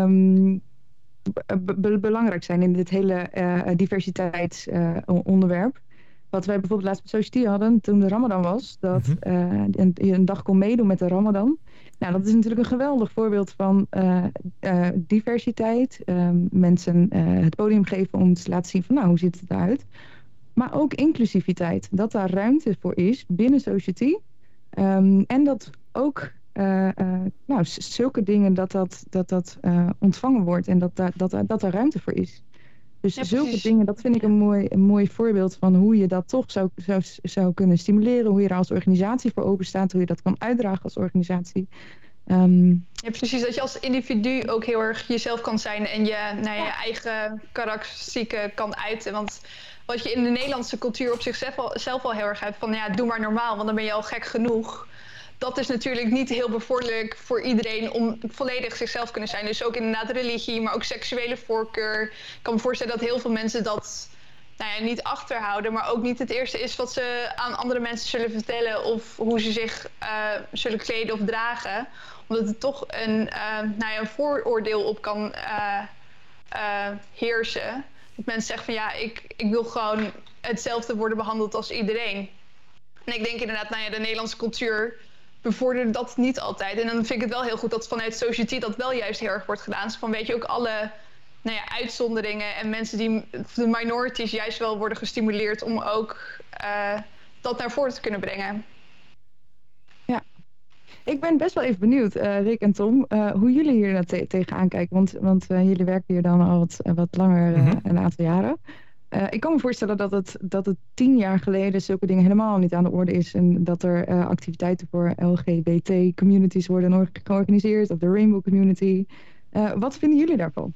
belangrijk zijn in dit hele diversiteitsonderwerp. Wat wij bijvoorbeeld laatst met Society hadden toen de Ramadan was, dat je een dag kon meedoen met de Ramadan. Nou, dat is natuurlijk een geweldig voorbeeld van diversiteit. Mensen het podium geven om te laten zien van hoe ziet het eruit. Maar ook inclusiviteit. Dat daar ruimte voor is binnen Society. En dat ook zulke dingen dat ontvangen wordt en dat daar ruimte voor is. Dus zulke dingen, dat vind ik een mooi voorbeeld van hoe je dat toch zou kunnen stimuleren. Hoe je er als organisatie voor open staat. Hoe je dat kan uitdragen als organisatie. Ja, precies. Dat je als individu ook heel erg jezelf kan zijn. En je eigen karakteristieken kan uiten. Want wat je in de Nederlandse cultuur op zichzelf al heel erg hebt. Van doe maar normaal, want dan ben je al gek genoeg. Dat is natuurlijk niet heel bevorderlijk voor iedereen om volledig zichzelf te kunnen zijn. Dus ook inderdaad religie, maar ook seksuele voorkeur. Ik kan me voorstellen dat heel veel mensen dat niet achterhouden, maar ook niet het eerste is wat ze aan andere mensen zullen vertellen of hoe ze zich zullen kleden of dragen. Omdat het toch een vooroordeel op kan heersen. Dat mensen zeggen van ik wil gewoon hetzelfde worden behandeld als iedereen. En ik denk inderdaad, de Nederlandse cultuur bevordert dat niet altijd. En dan vind ik het wel heel goed dat vanuit Society dat wel juist heel erg wordt gedaan. Dus van weet je ook alle uitzonderingen en mensen die de minorities juist wel worden gestimuleerd om ook dat naar voren te kunnen brengen. Ik ben best wel even benieuwd, Rick en Tom, hoe jullie hier tegenaan kijken. Want jullie werken hier dan al wat langer, een aantal jaren. Ik kan me voorstellen dat het 10 jaar geleden zulke dingen helemaal niet aan de orde is. En dat er activiteiten voor LGBT-communities worden georganiseerd. Of de Rainbow Community. Wat vinden jullie daarvan?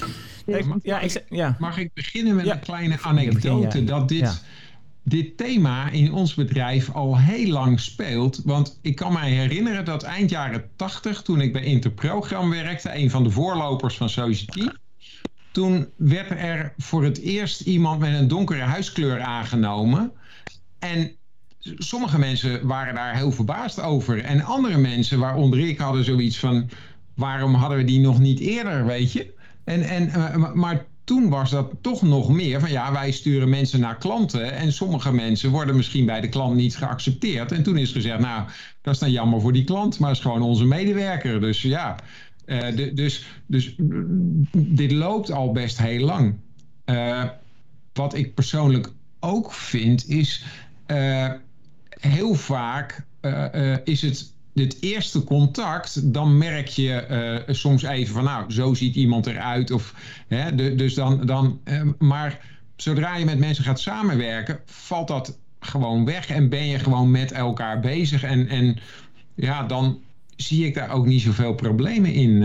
Mag ik beginnen met een kleine anekdote? Dat dit thema in ons bedrijf al heel lang speelt. Want ik kan mij herinneren dat eind jaren 80, toen ik bij Interprogram werkte, een van de voorlopers van Society, toen werd er voor het eerst iemand met een donkere huidskleur aangenomen. En sommige mensen waren daar heel verbaasd over. En andere mensen, waaronder ik, hadden zoiets van, waarom hadden we die nog niet eerder, weet je? Maar toen was dat toch nog meer van wij sturen mensen naar klanten en sommige mensen worden misschien bij de klant niet geaccepteerd. En toen is gezegd, nou, dat is dan jammer voor die klant, maar is gewoon onze medewerker. Dus ja, dus dit loopt al best heel lang. Wat ik persoonlijk ook vind is, heel vaak is het eerste contact, dan merk je soms even van, nou, zo ziet iemand eruit. Dus maar zodra je met mensen gaat samenwerken, valt dat gewoon weg en ben je gewoon met elkaar bezig. En dan zie ik daar ook niet zoveel problemen in.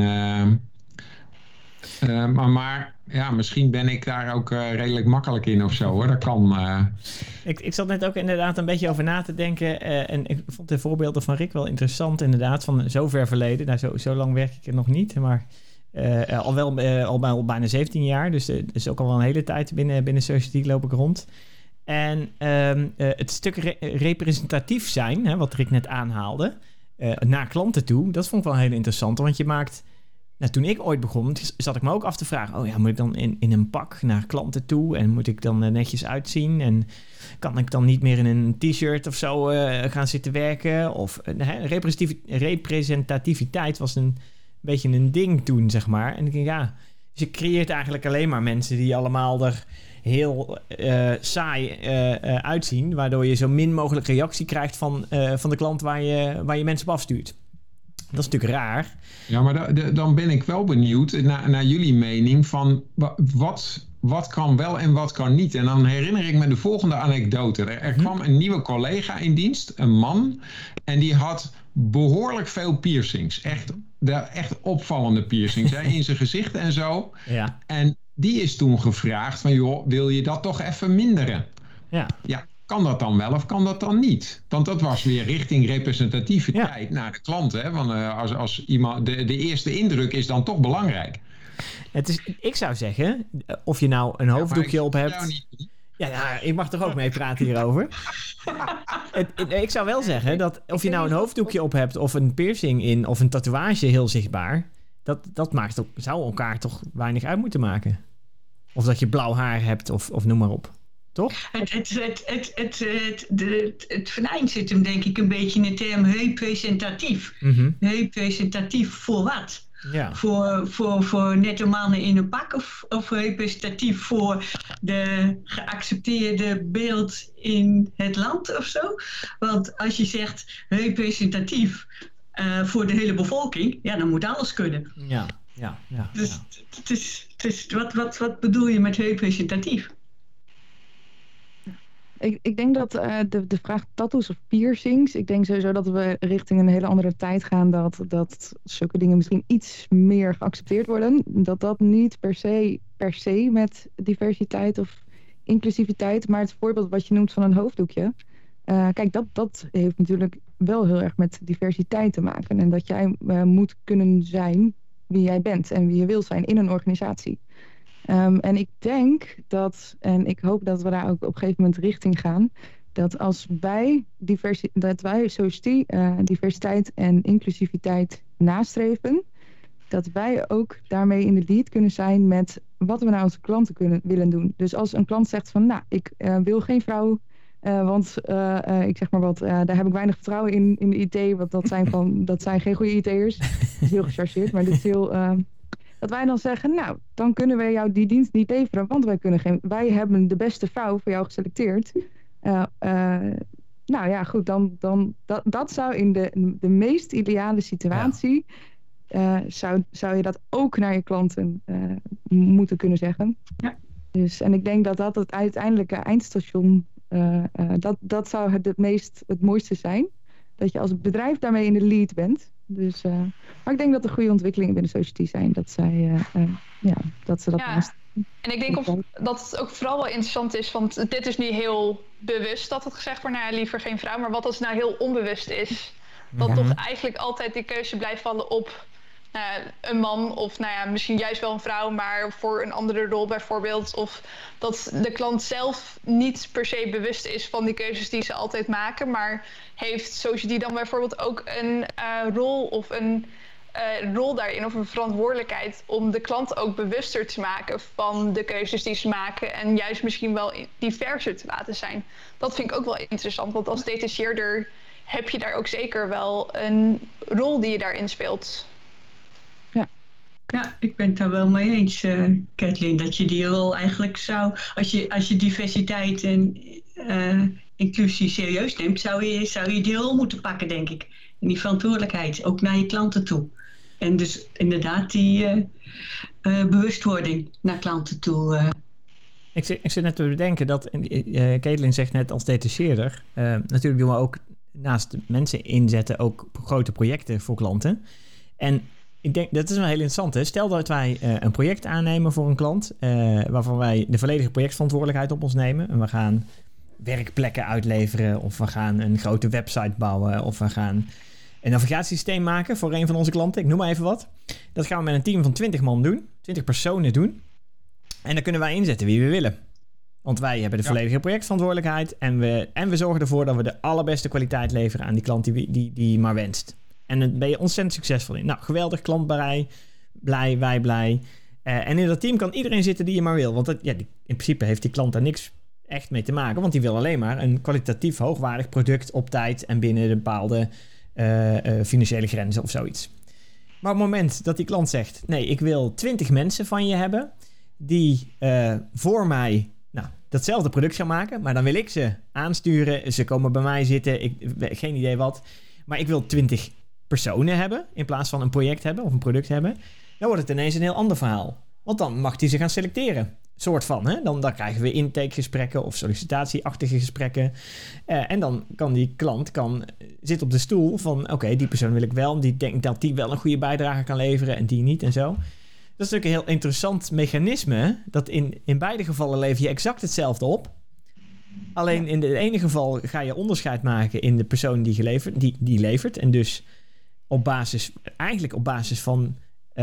Maar misschien ben ik daar ook redelijk makkelijk in of zo, hoor. Dat kan. Ik zat net ook inderdaad een beetje over na te denken. En ik vond de voorbeelden van Rick wel interessant, inderdaad. Van zo ver verleden. Nou, zo lang werk ik er nog niet. Maar al bijna 17 jaar. Dus ook al wel een hele tijd binnen Society loop ik rond. En het stuk representatief zijn, hè, wat Rick net aanhaalde, naar klanten toe, dat vond ik wel heel interessant. Want je maakt... Nou, toen ik ooit begon, zat ik me ook af te vragen, moet ik dan in een pak naar klanten toe en moet ik dan netjes uitzien en kan ik dan niet meer in een t-shirt of zo gaan zitten werken? Of representativiteit was een beetje een ding toen, zeg maar. En ik denk, dus je creëert eigenlijk alleen maar mensen die allemaal er heel saai uitzien, waardoor je zo min mogelijk reactie krijgt van de klant waar je mensen op afstuurt. Dat is natuurlijk raar. Ja, maar dan ben ik wel benieuwd naar jullie mening van wat kan wel en wat kan niet. En dan herinner ik me de volgende anekdote. Er kwam een nieuwe collega in dienst, een man, en die had behoorlijk veel piercings. Echt opvallende piercings in zijn gezicht en zo. Ja. En die is toen gevraagd van, joh, wil je dat toch even minderen? Ja. Kan dat dan wel of kan dat dan niet? Want dat was weer richting representativiteit naar de klant. Hè? Want als iemand, de eerste indruk is dan toch belangrijk. Ik zou zeggen, of je nou een hoofddoekje op hebt. Ik mag toch ook mee praten hierover. Ik zou wel zeggen dat of je nou een hoofddoekje op hebt of een piercing in of een tatoeage heel zichtbaar, dat zou elkaar toch weinig uit moeten maken. Of dat je blauw haar hebt of noem maar op. Toch? Het venijn zit hem denk ik een beetje in de term representatief. Mm-hmm. Representatief voor wat? Ja. Voor nette mannen in een pak of representatief voor de geaccepteerde beeld in het land of zo? Want als je zegt representatief voor de hele bevolking, dan moet alles kunnen. Ja. Dus wat bedoel je met representatief? Ik denk dat de vraag tattoos of piercings, ik denk sowieso dat we richting een hele andere tijd gaan, dat zulke dingen misschien iets meer geaccepteerd worden. Dat niet per se met diversiteit of inclusiviteit, maar het voorbeeld wat je noemt van een hoofddoekje. Kijk, dat heeft natuurlijk wel heel erg met diversiteit te maken. En dat jij moet kunnen zijn wie jij bent en wie je wil zijn in een organisatie. En ik denk en ik hoop dat we daar ook op een gegeven moment richting gaan, dat als wij Society diversiteit en inclusiviteit nastreven, dat wij ook daarmee in de lead kunnen zijn met wat we naar onze klanten willen doen. Dus als een klant zegt van, nou, ik wil geen vrouw, want ik zeg maar wat, daar heb ik weinig vertrouwen in de IT, want dat zijn geen goede IT'ers. Dat is heel gechargeerd, maar dit is heel... dat wij dan zeggen, nou, dan kunnen wij jou die dienst niet leveren, want wij hebben de beste vrouw voor jou geselecteerd. nou ja, goed, dat zou in de meest ideale situatie... zou je dat ook naar je klanten moeten kunnen zeggen. Ja. Dus, en ik denk dat het uiteindelijke eindstation... dat zou het mooiste zijn. Dat je als bedrijf daarmee in de lead bent. Dus, maar ik denk dat er goede ontwikkelingen binnen Society zijn. Dat ze dat naast... En ik denk dat het ook vooral wel interessant is, want dit is niet heel bewust dat het gezegd wordt, nou ja, liever geen vrouw, maar wat als het nou heel onbewust is? Dat toch eigenlijk altijd die keuze blijft vallen op een man of misschien juist wel een vrouw, maar voor een andere rol bijvoorbeeld. Of dat de klant zelf niet per se bewust is van die keuzes die ze altijd maken, maar heeft Society dan bijvoorbeeld ook een rol of een rol daarin of een verantwoordelijkheid om de klant ook bewuster te maken van de keuzes die ze maken en juist misschien wel diverser te laten zijn. Dat vind ik ook wel interessant, want als detacheerder heb je daar ook zeker wel een rol die je daarin speelt. Ja, ik ben het daar wel mee eens, Kathleen, dat je die rol eigenlijk zou, als je diversiteit en inclusie serieus neemt, zou je die rol moeten pakken, denk ik. En die verantwoordelijkheid, ook naar je klanten toe. En dus inderdaad die bewustwording naar klanten toe. Ik zit net te bedenken dat, Caitlin zegt net als detacheerder, natuurlijk doen we ook naast mensen inzetten ook grote projecten voor klanten. En ik denk, dat is wel heel interessant. Hè? Stel dat wij een project aannemen voor een klant, waarvan wij de volledige projectverantwoordelijkheid op ons nemen. En we gaan werkplekken uitleveren, of we gaan een grote website bouwen, of we gaan een navigatiesysteem maken voor een van onze klanten. Ik noem maar even wat. Dat gaan we met een team van 20 man doen, 20 personen doen. En dan kunnen wij inzetten wie we willen. Want wij hebben de volledige projectverantwoordelijkheid en we zorgen ervoor dat we de allerbeste kwaliteit leveren aan die klant die maar wenst. En dan ben je ontzettend succesvol in. Nou, geweldig, klant blij, wij blij. En in dat team kan iedereen zitten die je maar wil. Want in principe heeft die klant daar niks echt mee te maken. Want die wil alleen maar een kwalitatief hoogwaardig product op tijd en binnen de bepaalde financiële grenzen of zoiets. Maar op het moment dat die klant zegt, nee, ik wil 20 mensen van je hebben die voor mij datzelfde product gaan maken, maar dan wil ik ze aansturen. Ze komen bij mij zitten, geen idee wat. Maar ik wil 20 personen hebben in plaats van een project hebben of een product hebben. Dan wordt het ineens een heel ander verhaal. Want dan mag die ze gaan selecteren. Soort van, hè? Dan krijgen we intakegesprekken of sollicitatieachtige gesprekken. En dan kan die klant zit op de stoel van oké, die persoon wil ik wel. Die denkt dat die wel een goede bijdrage kan leveren en die niet en zo. Dat is natuurlijk een heel interessant mechanisme. Dat in beide gevallen lever je exact hetzelfde op. Alleen in het ene geval ga je onderscheid maken in de persoon die levert. En dus op basis van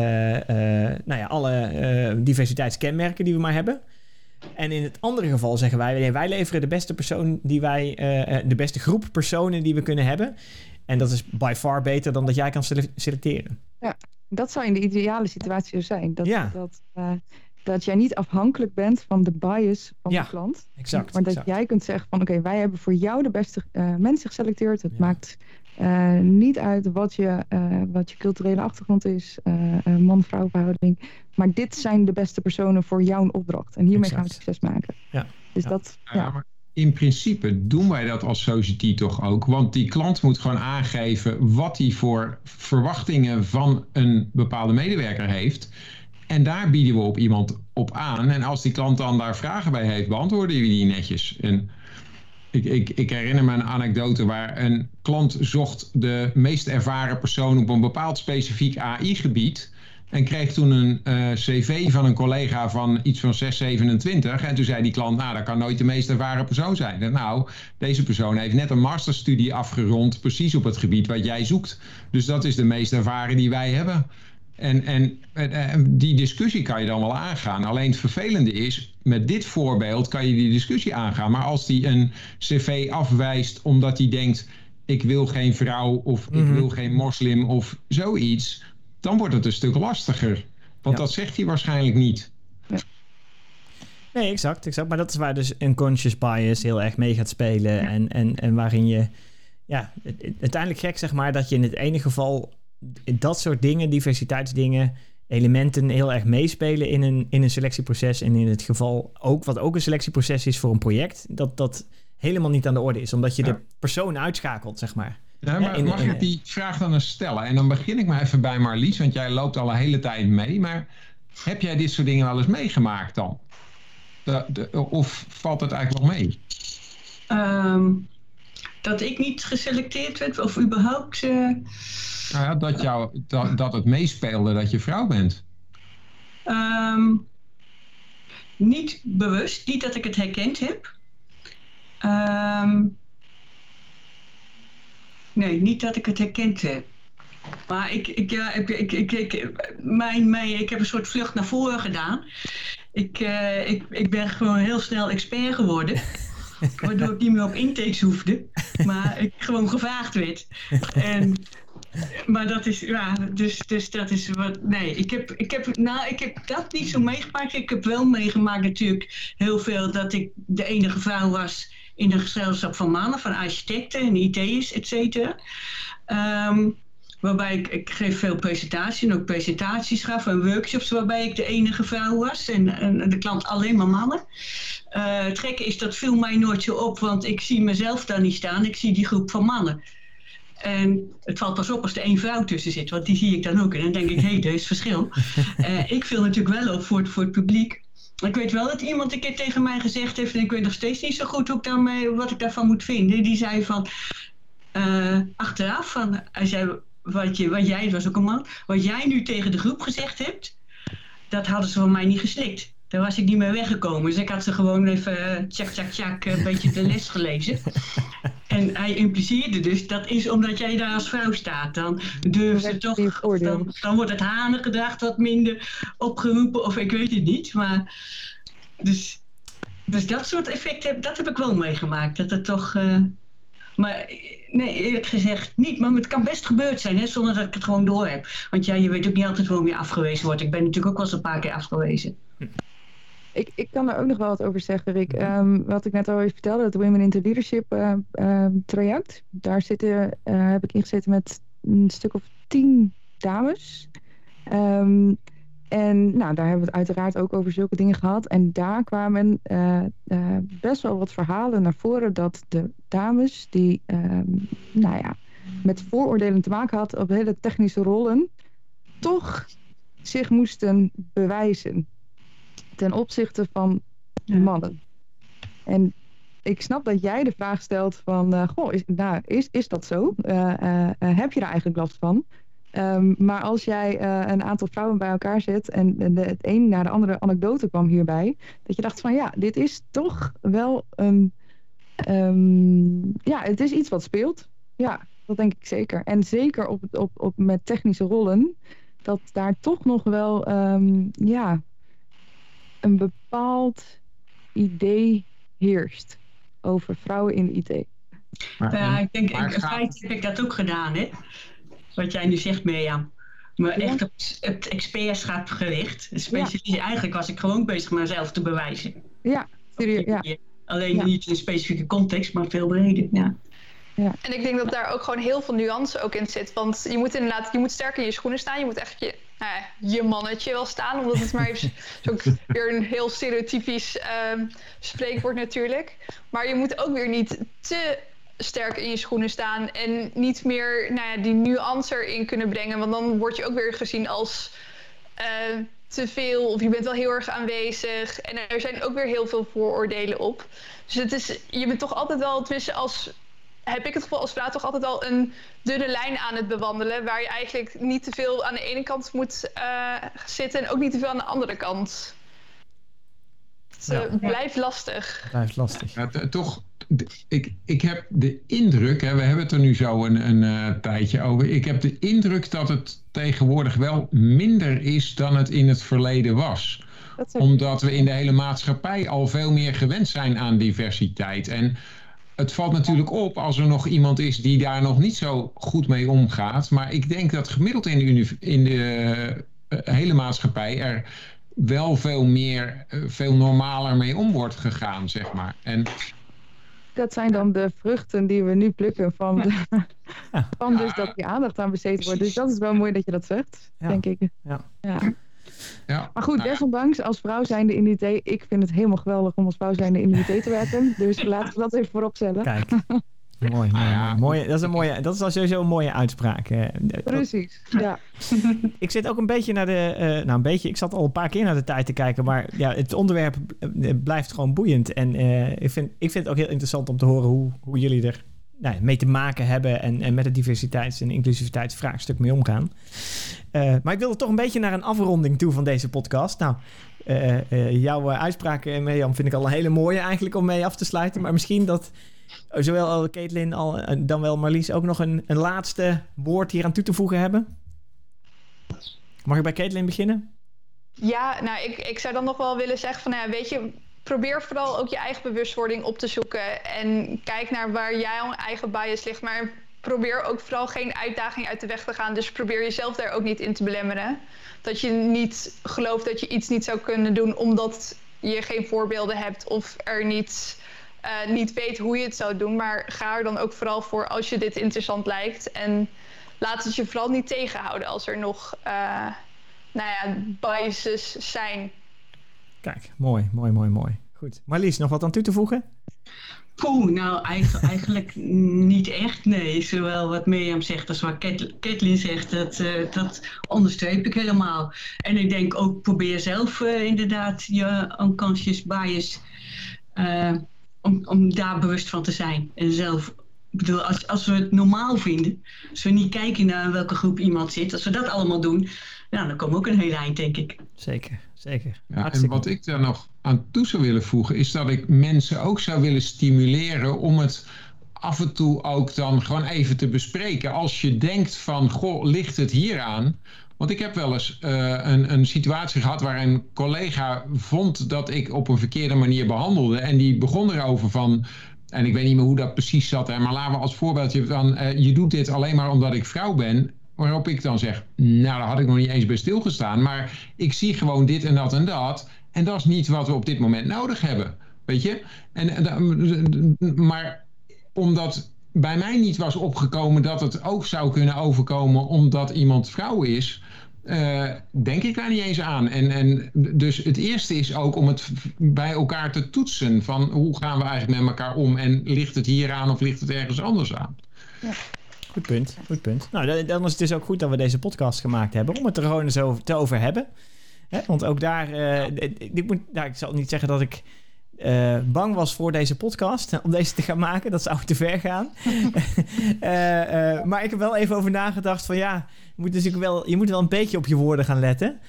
alle diversiteitskenmerken die we maar hebben. En in het andere geval zeggen wij leveren de beste persoon de beste groep personen die we kunnen hebben. En dat is by far beter dan dat jij kan selecteren. Ja, dat zou in de ideale situatie zo zijn. Dat jij niet afhankelijk bent van de bias van de klant. Exact. Maar dat jij kunt zeggen van oké, wij hebben voor jou de beste mensen geselecteerd. Het maakt niet uit wat je culturele achtergrond is, man-vrouw verhouding. Maar dit zijn de beste personen voor jouw opdracht. En hiermee gaan we succes maken. Ja. Dus maar in principe doen wij dat als Society toch ook. Want die klant moet gewoon aangeven wat hij voor verwachtingen van een bepaalde medewerker heeft. En daar bieden we op iemand op aan. En als die klant dan daar vragen bij heeft, beantwoorden we die netjes. En ik herinner me een anekdote waar een klant zocht de meest ervaren persoon op een bepaald specifiek AI-gebied. En kreeg toen een cv van een collega van iets van 627. En toen zei die klant, dat kan nooit de meest ervaren persoon zijn. En deze persoon heeft net een masterstudie afgerond, precies op het gebied wat jij zoekt. Dus dat is de meest ervaren die wij hebben. En die discussie kan je dan wel aangaan. Alleen het vervelende is, met dit voorbeeld kan je die discussie aangaan. Maar als die een cv afwijst omdat hij denkt, ik wil geen vrouw of ik wil geen moslim of zoiets, dan wordt het een stuk lastiger. Want dat zegt hij waarschijnlijk niet. Ja. Nee, exact. Maar dat is waar dus unconscious bias heel erg mee gaat spelen. Ja. En waarin je uiteindelijk gek zeg maar dat je in het ene geval dat soort dingen, diversiteitsdingen, elementen heel erg meespelen in een selectieproces. En in het geval ook, wat ook een selectieproces is voor een project, dat helemaal niet aan de orde is. Omdat je de persoon uitschakelt, zeg maar. Ja, maar mag ik die vraag dan eens stellen? En dan begin ik maar even bij Marlies, want jij loopt al een hele tijd mee. Maar heb jij dit soort dingen wel eens meegemaakt dan? Of valt het eigenlijk wel mee? Dat ik niet geselecteerd werd of überhaupt... dat het meespeelde dat je vrouw bent. Niet bewust, niet dat ik het herkend heb. Nee, niet dat ik het herkend heb. Maar ik heb een soort vlucht naar voren gedaan. Ik ben gewoon heel snel expert geworden. Waardoor ik niet meer op intakes hoefde. Maar ik gewoon gevraagd werd. Maar dat is, dus dat is wat, nee, ik heb dat niet zo meegemaakt. Ik heb wel meegemaakt natuurlijk heel veel dat ik de enige vrouw was in een gezelschap van mannen, van architecten en IT'ers, et cetera. Waarbij ik geef veel presentaties en ook presentaties gaf en workshops waarbij ik de enige vrouw was en de klant alleen maar mannen. Het gekke is, dat viel mij nooit zo op, want ik zie mezelf daar niet staan, ik zie die groep van mannen. En het valt pas op als er één vrouw tussen zit, want die zie ik dan ook. En dan denk ik, er is verschil. Ik viel natuurlijk wel op voor het publiek. Ik weet wel dat iemand een keer tegen mij gezegd heeft, en ik weet nog steeds niet zo goed wat ik daarvan moet vinden. Die zei van, achteraf, hij zei, wat jij, het was ook een man, wat jij nu tegen de groep gezegd hebt, dat hadden ze van mij niet geslikt. Daar was ik niet meer weggekomen. Dus ik had ze gewoon even tjak, een beetje de les gelezen. En hij impliceerde dus, dat is omdat jij daar als vrouw staat. Dan durf ze toch, dan wordt het hanengedrag wat minder opgeroepen, of ik weet het niet. Maar, dus dat soort effecten, dat heb ik wel meegemaakt. Dat het toch... Maar nee, eerlijk gezegd niet. Maar het kan best gebeurd zijn, hè, zonder dat ik het gewoon door heb. Want je weet ook niet altijd waarom je afgewezen wordt. Ik ben natuurlijk ook wel eens een paar keer afgewezen. Ik kan er ook nog wel wat over zeggen, Rick. Wat ik net al even vertelde, het Women into Leadership traject. Daar heb ik ingezeten met een stuk of 10 dames. En nou, daar hebben we het uiteraard ook over zulke dingen gehad. En daar kwamen best wel wat verhalen naar voren dat de dames die met vooroordelen te maken hadden op hele technische rollen, toch zich moesten bewijzen ten opzichte van mannen. En ik snap dat jij de vraag stelt van, is dat zo? Heb je daar eigenlijk last van? Maar als jij een aantal vrouwen bij elkaar zet en het een naar de andere anekdote kwam hierbij, dat je dacht van dit is toch wel het is iets wat speelt. Ja, dat denk ik zeker. En zeker op met technische rollen, dat daar toch nog wel een bepaald idee heerst over vrouwen in de IT. Ik denk, in feite heb ik dat ook gedaan, hè? Wat jij nu zegt, Mirjam. Maar echt op het expertschap gericht. Eigenlijk was ik gewoon bezig met mezelf te bewijzen. Ja, serieus. Ja. Alleen niet in een specifieke context, maar veel breder. Ja. Ja. En ik denk dat daar ook gewoon heel veel nuance ook in zit. Want je moet sterk in je schoenen staan. Je moet echt je mannetje wel staan. Omdat het maar is ook weer een heel stereotypisch spreekwoord natuurlijk. Maar je moet ook weer niet te sterk in je schoenen staan. En niet meer die nuance erin kunnen brengen. Want dan word je ook weer gezien als te veel. Of je bent wel heel erg aanwezig. En er zijn ook weer heel veel vooroordelen op. Dus je bent toch altijd wel, tenminste heb ik het gevoel als vrouw toch altijd al een dunne lijn aan het bewandelen. Waar je eigenlijk niet te veel aan de ene kant moet zitten. En ook niet te veel aan de andere kant. Het blijft lastig. Blijft lastig. Ja, toch, ik heb de indruk, hè, we hebben het er nu zo een tijdje over. Ik heb de indruk dat het tegenwoordig wel minder is dan het in het verleden was. Omdat we in de hele maatschappij al veel meer gewend zijn aan diversiteit. En het valt natuurlijk op als er nog iemand is die daar nog niet zo goed mee omgaat. Maar ik denk dat gemiddeld in de hele maatschappij er wel veel normaler mee om wordt gegaan, zeg maar. En dat zijn dan de vruchten die we nu plukken van dus dat die aandacht aan besteed wordt. Dus dat is wel mooi dat je dat zegt, denk ik. Ja. Ja. Maar goed, desondanks, als vrouw zijnde in de IT, ik vind het helemaal geweldig om als vrouw zijnde in de IT te werken. Dus laten we dat even voorop stellen. Kijk. Mooi. Dat is al sowieso een mooie uitspraak. Precies, ja. Ik zit ook een beetje naar de... ik zat al een paar keer naar de tijd te kijken, maar ja, het onderwerp blijft gewoon boeiend. En ik vind het ook heel interessant om te horen hoe jullie er mee te maken hebben en met het diversiteits- en inclusiviteitsvraagstuk mee omgaan. Maar ik wilde toch een beetje naar een afronding toe van deze podcast. Nou, jouw uitspraak, Mirjam, vind ik al een hele mooie eigenlijk om mee af te sluiten. Maar misschien dat zowel Caitlin dan wel Marlies ook nog een laatste woord hier aan toe te voegen hebben. Mag ik bij Caitlin beginnen? Ja, nou, ik zou dan nog wel willen zeggen van, weet je, probeer vooral ook je eigen bewustwording op te zoeken en kijk naar waar jouw eigen bias ligt, maar probeer ook vooral geen uitdaging uit de weg te gaan. Dus probeer jezelf daar ook niet in te belemmeren. Dat je niet gelooft dat je iets niet zou kunnen doen omdat je geen voorbeelden hebt of er niet weet hoe je het zou doen. Maar ga er dan ook vooral voor als je dit interessant lijkt. En laat het je vooral niet tegenhouden als er nog biases zijn. Kijk, mooi. Goed. Marlies, nog wat aan toe te voegen? Nou, eigenlijk niet echt, nee. Zowel wat Mirjam zegt als wat Caitlin zegt, dat onderstreep ik helemaal. En ik denk ook, probeer zelf inderdaad je unconscious bias, om daar bewust van te zijn. En zelf, ik bedoel, als we het normaal vinden, als we niet kijken naar welke groep iemand zit, als we dat allemaal doen, nou, dan komen we ook een heel eind, denk ik. Zeker. Ja, en wat ik daar nog aan toe zou willen voegen, is dat ik mensen ook zou willen stimuleren om het af en toe ook dan gewoon even te bespreken. Als je denkt van, goh, ligt het hier aan? Want ik heb wel eens een situatie gehad waar een collega vond dat ik op een verkeerde manier behandelde. En die begon erover van, en ik weet niet meer hoe dat precies zat, maar laten we als voorbeeldje van, je doet dit alleen maar omdat ik vrouw ben. Waarop ik dan zeg, nou, daar had ik nog niet eens bij stilgestaan. Maar ik zie gewoon dit en dat en dat. En dat is niet wat we op dit moment nodig hebben. Weet je? Maar omdat bij mij niet was opgekomen dat het ook zou kunnen overkomen omdat iemand vrouw is, denk ik daar niet eens aan. En dus het eerste is ook om het bij elkaar te toetsen. Van hoe gaan we eigenlijk met elkaar om? En ligt het hier aan of ligt het ergens anders aan? Ja. Goed punt. Nou, dan is het dus ook goed dat we deze podcast gemaakt hebben om het er gewoon zo te over hebben. Want ook daar, ik zal niet zeggen dat ik bang was voor deze podcast, om deze te gaan maken. Dat zou te ver gaan. Maar ik heb wel even over nagedacht van ja, je moet wel een beetje op je woorden gaan letten.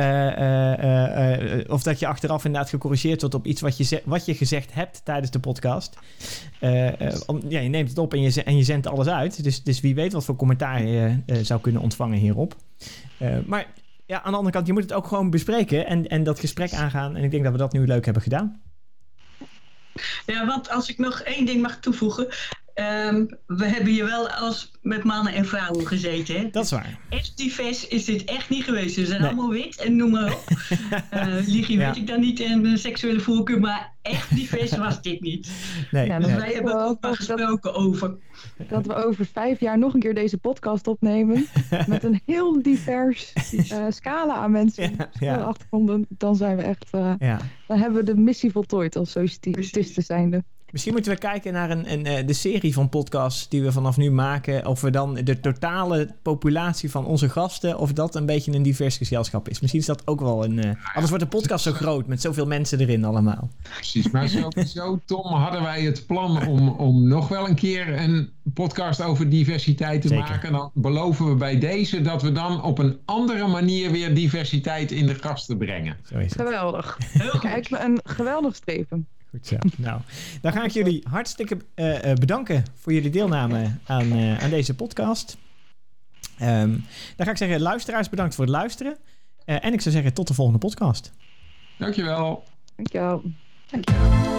Of dat je achteraf inderdaad gecorrigeerd wordt op iets wat je gezegd hebt tijdens de podcast. Je neemt het op en je zendt alles uit. Dus wie weet wat voor commentaar je zou kunnen ontvangen hierop. Maar ja, aan de andere kant, je moet het ook gewoon bespreken en dat gesprek aangaan. En ik denk dat we dat nu leuk hebben gedaan. Ja, want als ik nog één ding mag toevoegen. We hebben hier wel als met mannen en vrouwen gezeten. Hè? Dat is waar. Echt divers is dit echt niet geweest. Ze zijn allemaal wit en noem maar op. Ligie weet ik dan niet en seksuele voorkeur, maar echt divers was dit niet. Nee. Dus wij hebben ook maar gesproken over. Dat we over 5 jaar nog een keer deze podcast opnemen. Met een heel divers scala aan mensen. Veel achtergronden. Dan zijn we echt... Dan hebben we de missie voltooid als sociëtisten zijnde. Misschien moeten we kijken naar de serie van podcasts die we vanaf nu maken. Of we dan de totale populatie van onze gasten, of dat een beetje een divers gezelschap is. Misschien is dat ook wel een... Anders wordt de podcast zo groot met zoveel mensen erin allemaal. Precies, maar sowieso, Tom, hadden wij het plan om nog wel een keer een podcast over diversiteit te maken. Dan beloven we bij deze dat we dan op een andere manier weer diversiteit in de gasten brengen. Zo is het. Geweldig. Kijk, een geweldig streven. Goed zo. Nou, dan ga ik jullie hartstikke bedanken voor jullie deelname aan deze podcast. Dan ga ik zeggen, luisteraars, bedankt voor het luisteren. En ik zou zeggen, tot de volgende podcast. Dankjewel. Dankjewel.